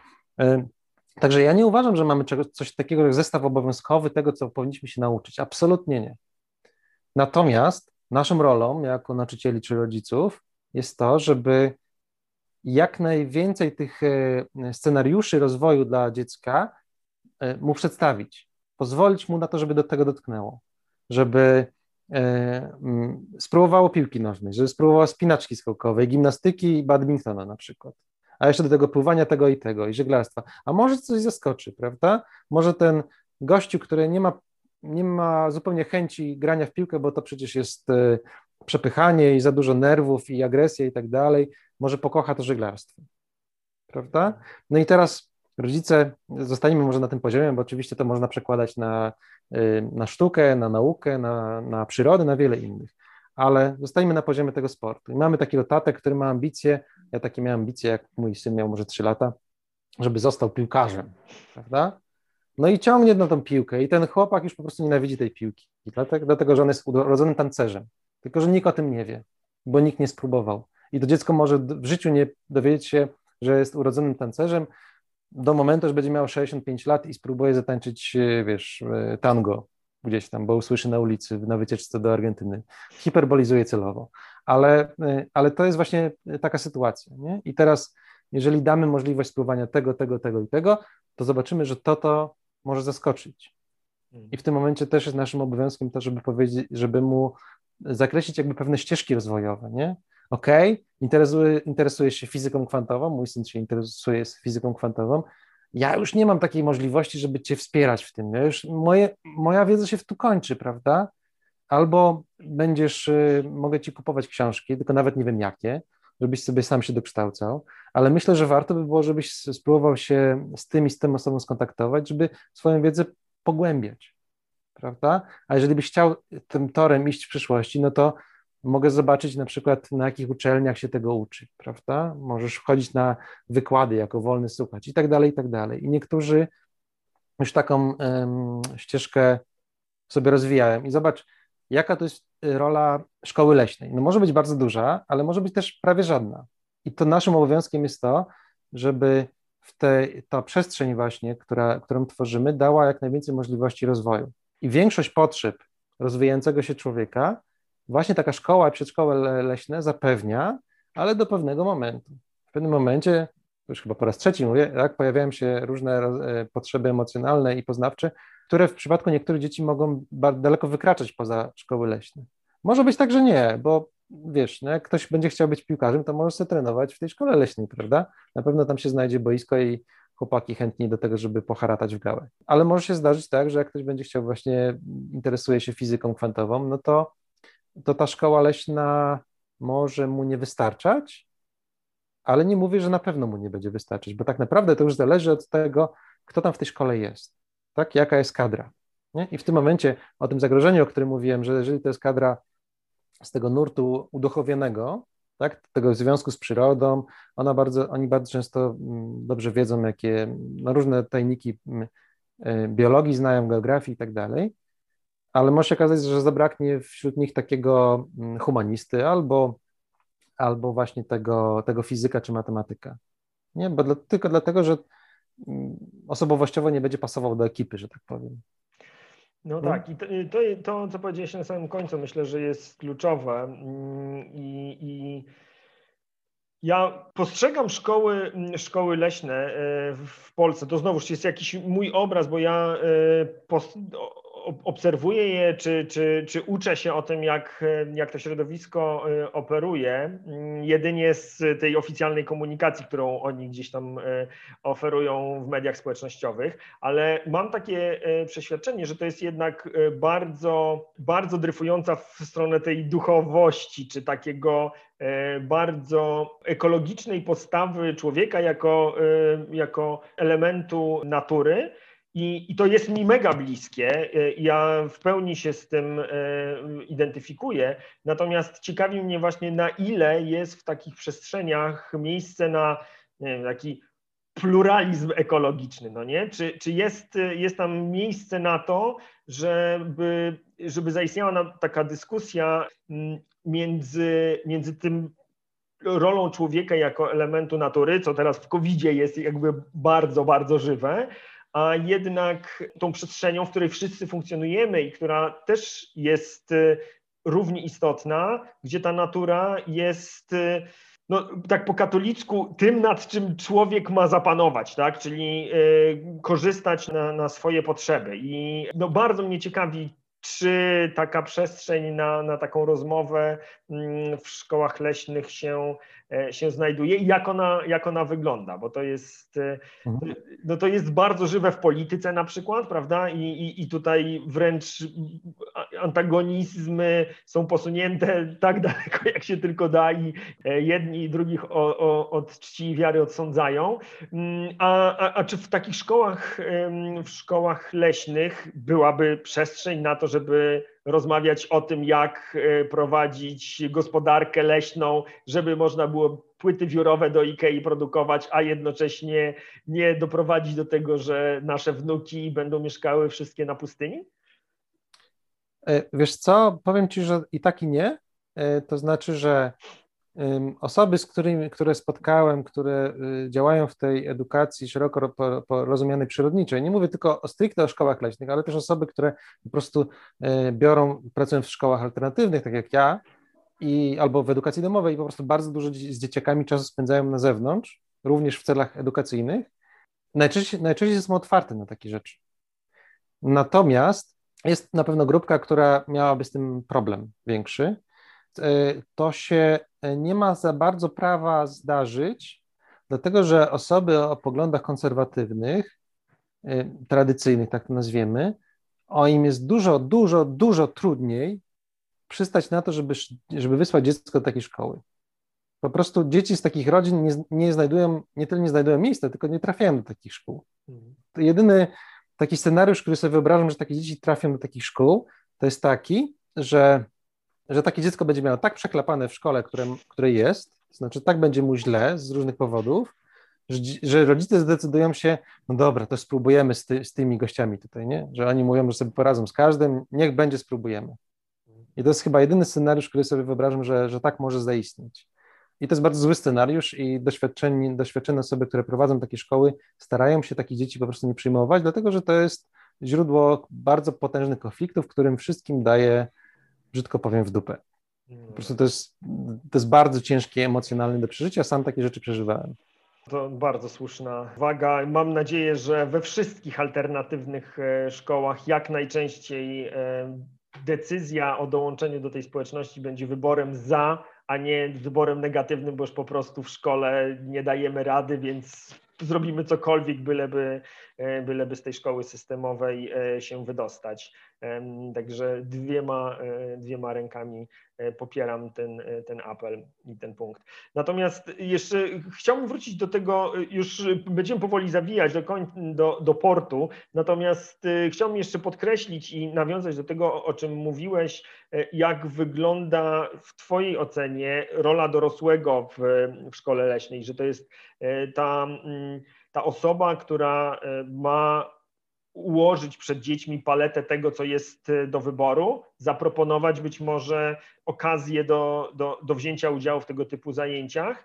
Także ja nie uważam, że mamy czegoś, coś takiego jak zestaw obowiązkowy tego, co powinniśmy się nauczyć. Absolutnie nie. Natomiast naszą rolą jako nauczycieli czy rodziców jest to, żeby jak najwięcej tych scenariuszy rozwoju dla dziecka mu przedstawić, pozwolić mu na to, żeby do tego dotknęło, żeby spróbowało piłki nożnej, żeby spróbowało spinaczki skokowej, gimnastyki i badmintona na przykład, a jeszcze do tego pływania tego i tego i żeglarstwa, a może coś zaskoczy, prawda? Może ten gościu, który nie ma, nie ma zupełnie chęci grania w piłkę, bo to przecież jest przepychanie i za dużo nerwów i agresja i tak dalej, może pokocha to żeglarstwo, prawda? No i teraz rodzice, zostaniemy może na tym poziomie, bo oczywiście to można przekładać na, na sztukę, na naukę, na, na przyrodę, na wiele innych, ale zostańmy na poziomie tego sportu. I mamy takiego tatę, który ma ambicje, ja takie miałem ambicje, jak mój syn miał może trzy lata, żeby został piłkarzem, prawda? No i ciągnie na tą piłkę i ten chłopak już po prostu nienawidzi tej piłki, dlatego, dlatego że on jest urodzonym tancerzem, tylko że nikt o tym nie wie, bo nikt nie spróbował. I to dziecko może w życiu nie dowiedzieć się, że jest urodzonym tancerzem, do momentu, że będzie miał sześćdziesiąt pięć lat i spróbuje zatańczyć, wiesz, tango gdzieś tam, bo usłyszy na ulicy, na wycieczce do Argentyny. Hiperbolizuje celowo. Ale, ale to jest właśnie taka sytuacja, nie? I teraz, jeżeli damy możliwość spróbowania tego, tego, tego i tego, to zobaczymy, że to to może zaskoczyć. I w tym momencie też jest naszym obowiązkiem to, żeby powiedzieć, żeby mu zakreślić jakby pewne ścieżki rozwojowe, nie? Okej, okay, interesuje, interesuje się fizyką kwantową, mój syn się interesuje fizyką kwantową, ja już nie mam takiej możliwości, żeby cię wspierać w tym, ja już moje, moja wiedza się tu kończy, prawda? Albo będziesz, mogę ci kupować książki, tylko nawet nie wiem jakie, żebyś sobie sam się dokształcał, ale myślę, że warto by było, żebyś spróbował się z tym i z tym osobą skontaktować, żeby swoją wiedzę pogłębiać, prawda? A jeżeli byś chciał tym torem iść w przyszłości, no to mogę zobaczyć na przykład, na jakich uczelniach się tego uczy, prawda? Możesz wchodzić na wykłady jako wolny słuchacz i tak dalej, i tak dalej. I niektórzy już taką um, ścieżkę sobie rozwijają. I zobacz, jaka to jest rola szkoły leśnej. No może być bardzo duża, ale może być też prawie żadna. I to naszym obowiązkiem jest to, żeby w te, ta przestrzeń właśnie, która, którą tworzymy, dała jak najwięcej możliwości rozwoju. I większość potrzeb rozwijającego się człowieka właśnie taka szkoła i przedszkole leśne zapewnia, ale do pewnego momentu. W pewnym momencie, już chyba po raz trzeci mówię, tak, pojawiają się różne potrzeby emocjonalne i poznawcze, które w przypadku niektórych dzieci mogą bardzo daleko wykraczać poza szkoły leśne. Może być tak, że nie, bo wiesz, no jak ktoś będzie chciał być piłkarzem, to może sobie trenować w tej szkole leśnej, prawda? Na pewno tam się znajdzie boisko i chłopaki chętni do tego, żeby poharatać w gałę. Ale może się zdarzyć tak, że jak ktoś będzie chciał właśnie, interesuje się fizyką kwantową, no to to ta szkoła leśna może mu nie wystarczać, ale nie mówię, że na pewno mu nie będzie wystarczyć, bo tak naprawdę to już zależy od tego, kto tam w tej szkole jest, tak? Jaka jest kadra. Nie? I w tym momencie o tym zagrożeniu, o którym mówiłem, że jeżeli to jest kadra z tego nurtu uduchowionego, tak? Tego związku z przyrodą, ona bardzo, oni bardzo często dobrze wiedzą, jakie no, różne tajniki biologii znają, geografii i tak dalej, ale może się okazać, że zabraknie wśród nich takiego humanisty albo, albo właśnie tego, tego fizyka czy matematyka. Nie? Bo dla, tylko dlatego, że osobowościowo nie będzie pasował do ekipy, że tak powiem. No tak, i to, to, to, co powiedziałeś na samym końcu, myślę, że jest kluczowe. I, i ja postrzegam szkoły, szkoły leśne w Polsce, to znowuż jest jakiś mój obraz, bo ja obserwuję je, czy, czy, czy uczę się o tym, jak, jak to środowisko operuje, jedynie z tej oficjalnej komunikacji, którą oni gdzieś tam oferują w mediach społecznościowych, ale mam takie przeświadczenie, że to jest jednak bardzo, bardzo dryfująca w stronę tej duchowości, czy takiego bardzo ekologicznej postawy człowieka jako, jako elementu natury. I, I to jest mi mega bliskie, ja w pełni się z tym identyfikuję, natomiast ciekawi mnie właśnie, na ile jest w takich przestrzeniach miejsce na, nie wiem, taki pluralizm ekologiczny, no nie? Czy, czy jest, jest tam miejsce na to, żeby, żeby zaistniała taka dyskusja między, między tym rolą człowieka jako elementu natury, co teraz w kowidzie jest jakby bardzo, bardzo żywe, a jednak tą przestrzenią, w której wszyscy funkcjonujemy i która też jest równie istotna, gdzie ta natura jest, no tak po katolicku, tym, nad czym człowiek ma zapanować, tak? Czyli y, korzystać na, na swoje potrzeby. I no, bardzo mnie ciekawi, czy taka przestrzeń na, na taką rozmowę w szkołach leśnych się, się znajduje i jak ona, jak ona wygląda, bo to jest, no to jest bardzo żywe w polityce na przykład, prawda? I, i, i tutaj wręcz antagonizmy są posunięte tak daleko, jak się tylko da i jedni i drugich o, o, od czci i wiary odsądzają. A, a, a czy w takich szkołach, w szkołach leśnych byłaby przestrzeń na to, żeby rozmawiać o tym, jak prowadzić gospodarkę leśną, żeby można było płyty wiórowe do Ikei produkować, a jednocześnie nie doprowadzić do tego, że nasze wnuki będą mieszkały wszystkie na pustyni? Wiesz co, powiem Ci, że i tak i nie. To znaczy, że osoby, z którymi, które spotkałem, które działają w tej edukacji szeroko rozumianej przyrodniczej, nie mówię tylko o stricte o szkołach leśnych, ale też osoby, które po prostu biorą, pracują w szkołach alternatywnych, tak jak ja, i albo w edukacji domowej i po prostu bardzo dużo z dzieciakami czasu spędzają na zewnątrz, również w celach edukacyjnych, najczęściej, najczęściej są otwarte na takie rzeczy. Natomiast jest na pewno grupka, która miałaby z tym problem większy. To się nie ma za bardzo prawa zdarzyć, dlatego że osoby o poglądach konserwatywnych, tradycyjnych, tak to nazwiemy, o im jest dużo, dużo, dużo trudniej przystać na to, żeby, żeby wysłać dziecko do takiej szkoły. Po prostu dzieci z takich rodzin nie, nie znajdują, nie tyle nie znajdują miejsca, tylko nie trafiają do takich szkół. To jedyny taki scenariusz, który sobie wyobrażam, że takie dzieci trafią do takich szkół, to jest taki, że, że takie dziecko będzie miało tak przeklapane w szkole, które, które jest, to znaczy tak będzie mu źle z różnych powodów, że, że rodzice zdecydują się, no dobra, to spróbujemy z, ty, z tymi gościami tutaj, nie? Że oni mówią, że sobie poradzą z każdym, niech będzie, spróbujemy. I to jest chyba jedyny scenariusz, który sobie wyobrażam, że, że tak może zaistnieć. I to jest bardzo zły scenariusz i doświadczeni, doświadczone osoby, które prowadzą takie szkoły, starają się takich dzieci po prostu nie przyjmować, dlatego że to jest źródło bardzo potężnych konfliktów, którym wszystkim daje, brzydko powiem, w dupę. Po prostu to jest, to jest bardzo ciężkie emocjonalnie do przeżycia, sam takie rzeczy przeżywałem. To bardzo słuszna uwaga. Mam nadzieję, że we wszystkich alternatywnych szkołach jak najczęściej decyzja o dołączeniu do tej społeczności będzie wyborem za, a nie wyborem negatywnym, bo już po prostu w szkole nie dajemy rady, więc zrobimy cokolwiek, byleby, byleby z tej szkoły systemowej się wydostać. Także dwiema, dwiema rękami popieram ten, ten apel i ten punkt. Natomiast jeszcze chciałbym wrócić do tego, już będziemy powoli zawijać do, koń, do, do portu, natomiast chciałbym jeszcze podkreślić i nawiązać do tego, o czym mówiłeś, jak wygląda w Twojej ocenie rola dorosłego w, w szkole leśnej, że to jest ta, ta osoba, która ma ułożyć przed dziećmi paletę tego, co jest do wyboru, zaproponować być może okazję do, do, do wzięcia udziału w tego typu zajęciach,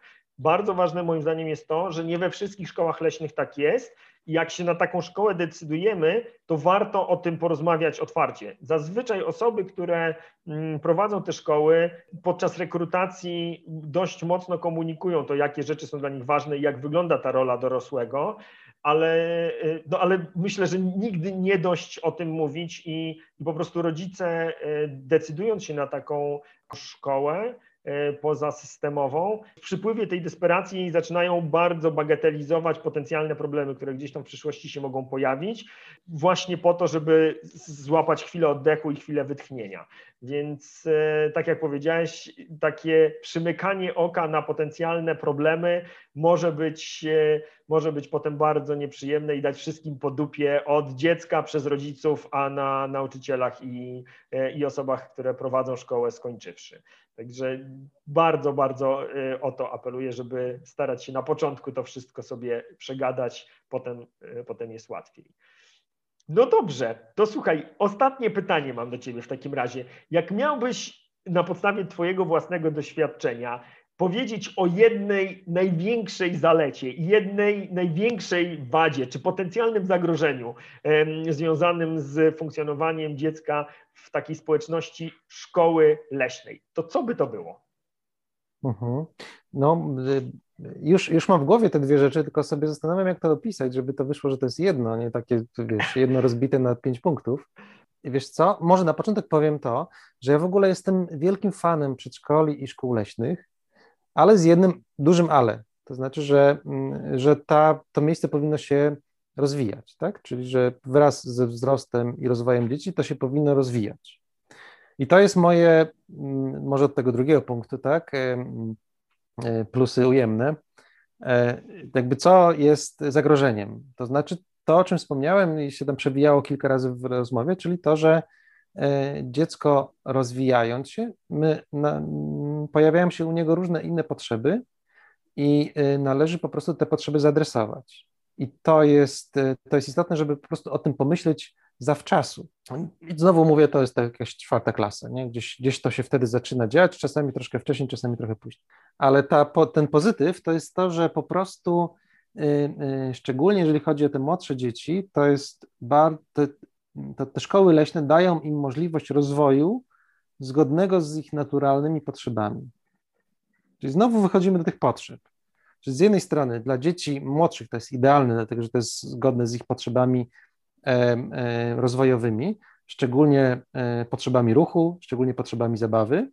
bardzo ważne moim zdaniem jest to, że nie we wszystkich szkołach leśnych tak jest i jak się na taką szkołę decydujemy, to warto o tym porozmawiać otwarcie. Zazwyczaj osoby, które prowadzą te szkoły, podczas rekrutacji dość mocno komunikują to, jakie rzeczy są dla nich ważne i jak wygląda ta rola dorosłego, ale, no, ale myślę, że nigdy nie dość o tym mówić i, i po prostu rodzice, decydując się na taką szkołę pozasystemową, w przypływie tej desperacji zaczynają bardzo bagatelizować potencjalne problemy, które gdzieś tam w przyszłości się mogą pojawić, właśnie po to, żeby złapać chwilę oddechu i chwilę wytchnienia. Więc tak jak powiedziałeś, takie przymykanie oka na potencjalne problemy może być, może być potem bardzo nieprzyjemne i dać wszystkim po dupie od dziecka przez rodziców, a na nauczycielach i, i osobach, które prowadzą szkołę skończywszy. Także bardzo, bardzo o to apeluję, żeby starać się na początku to wszystko sobie przegadać, potem, potem jest łatwiej. No dobrze, to słuchaj, ostatnie pytanie mam do Ciebie w takim razie. Jak miałbyś na podstawie Twojego własnego doświadczenia powiedzieć o jednej największej zalecie i jednej największej wadzie czy potencjalnym zagrożeniu em, związanym z funkcjonowaniem dziecka w takiej społeczności szkoły leśnej, to co by to było? Mhm. No, już, już mam w głowie te dwie rzeczy, tylko sobie zastanawiam, jak to opisać, żeby to wyszło, że to jest jedno, nie takie, wiesz, jedno rozbite na pięć punktów. I wiesz co, może na początek powiem to, że ja w ogóle jestem wielkim fanem przedszkoli i szkół leśnych, ale z jednym dużym ale. To znaczy, że, że ta, to miejsce powinno się rozwijać, tak? Czyli, że wraz ze wzrostem i rozwojem dzieci to się powinno rozwijać. I to jest moje, może od tego drugiego punktu, tak? Plusy ujemne. Jakby co jest zagrożeniem? To znaczy to, o czym wspomniałem i się tam przewijało kilka razy w rozmowie, czyli to, że dziecko rozwijając się, my, na, pojawiają się u niego różne inne potrzeby i należy po prostu te potrzeby zaadresować. I to jest, to jest istotne, żeby po prostu o tym pomyśleć zawczasu. I znowu mówię, to jest jakaś czwarta klasa, nie? Gdzieś, gdzieś to się wtedy zaczyna dziać, czasami troszkę wcześniej, czasami trochę później. Ale ta, ten pozytyw to jest to, że po prostu, yy, yy, szczególnie jeżeli chodzi o te młodsze dzieci, to jest bardzo, to te szkoły leśne dają im możliwość rozwoju zgodnego z ich naturalnymi potrzebami. Czyli znowu wychodzimy do tych potrzeb. Czyli z jednej strony dla dzieci młodszych to jest idealne, dlatego że to jest zgodne z ich potrzebami e, e, rozwojowymi, szczególnie e, potrzebami ruchu, szczególnie potrzebami zabawy.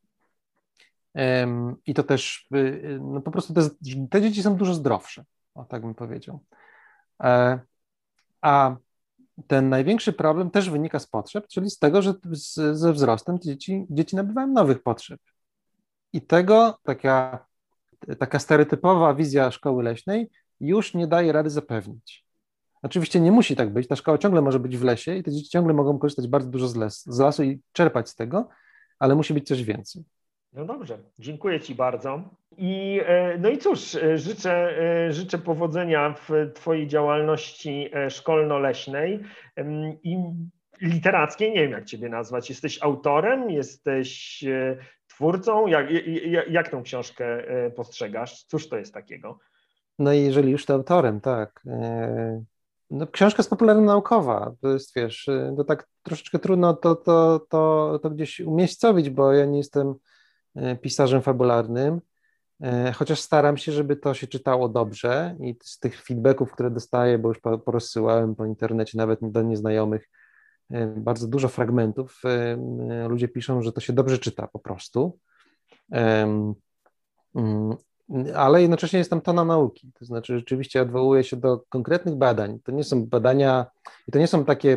E, I to też, e, no po prostu te, te dzieci są dużo zdrowsze, o tak bym powiedział. E, a ten największy problem też wynika z potrzeb, czyli z tego, że z, ze wzrostem dzieci, dzieci nabywają nowych potrzeb. I tego taka, taka stereotypowa wizja szkoły leśnej już nie daje rady zapewnić. Oczywiście nie musi tak być, ta szkoła ciągle może być w lesie i te dzieci ciągle mogą korzystać bardzo dużo z, les, z lasu i czerpać z tego, ale musi być coś więcej. No dobrze, dziękuję Ci bardzo. I, no i cóż, życzę, życzę powodzenia w Twojej działalności szkolno-leśnej i literackiej, nie wiem jak Ciebie nazwać. Jesteś autorem, jesteś twórcą? Jak, jak, jak tą książkę postrzegasz? Cóż to jest takiego? No i jeżeli już to autorem, tak. No, książka jest popularno-naukowa, to jest, wiesz, to tak troszeczkę trudno to, to, to, to gdzieś umiejscowić, bo ja nie jestem pisarzem fabularnym, chociaż staram się, żeby to się czytało dobrze i z tych feedbacków, które dostaję, bo już porozsyłałem po internecie nawet do nieznajomych bardzo dużo fragmentów, ludzie piszą, że to się dobrze czyta po prostu, ale jednocześnie jest tam tona nauki, to znaczy rzeczywiście odwołuję się do konkretnych badań, to nie są badania, i to nie są takie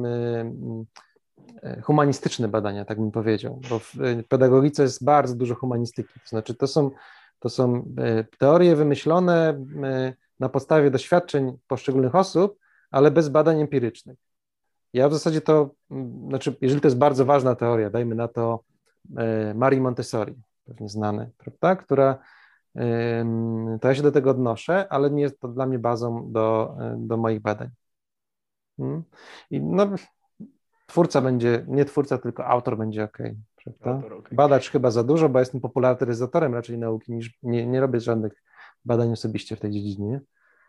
humanistyczne badania, tak bym powiedział, bo w pedagogice jest bardzo dużo humanistyki, to znaczy to są, to są teorie wymyślone na podstawie doświadczeń poszczególnych osób, ale bez badań empirycznych. Ja w zasadzie to, znaczy jeżeli to jest bardzo ważna teoria, dajmy na to Marii Montessori, pewnie znane, prawda, która, to ja się do tego odnoszę, ale nie jest to dla mnie bazą do, do moich badań. I no, twórca będzie, nie twórca, tylko autor będzie okej, okay, prawda? Okay. Badacz chyba za dużo, bo jestem popularyzatorem raczej nauki, niż nie, nie robię żadnych badań osobiście w tej dziedzinie.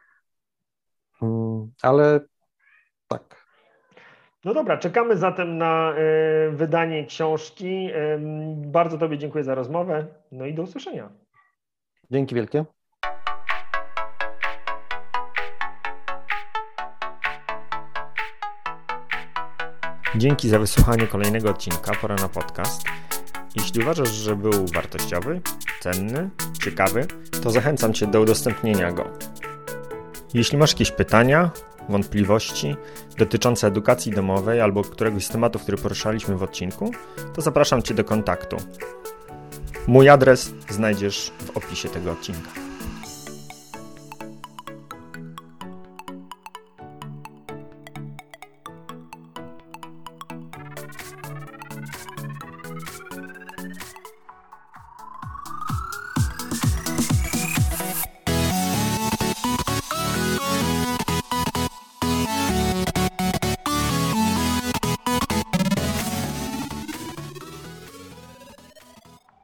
Ale tak. No dobra, czekamy zatem na y, wydanie książki. Y, bardzo Tobie dziękuję za rozmowę. No i do usłyszenia. Dzięki wielkie. Dzięki za wysłuchanie kolejnego odcinka Pora na podcast. Jeśli uważasz, że był wartościowy, cenny, ciekawy, to zachęcam Cię do udostępnienia go. Jeśli masz jakieś pytania, wątpliwości dotyczące edukacji domowej albo któregoś z tematów, który poruszaliśmy w odcinku, to zapraszam Cię do kontaktu. Mój adres znajdziesz w opisie tego odcinka.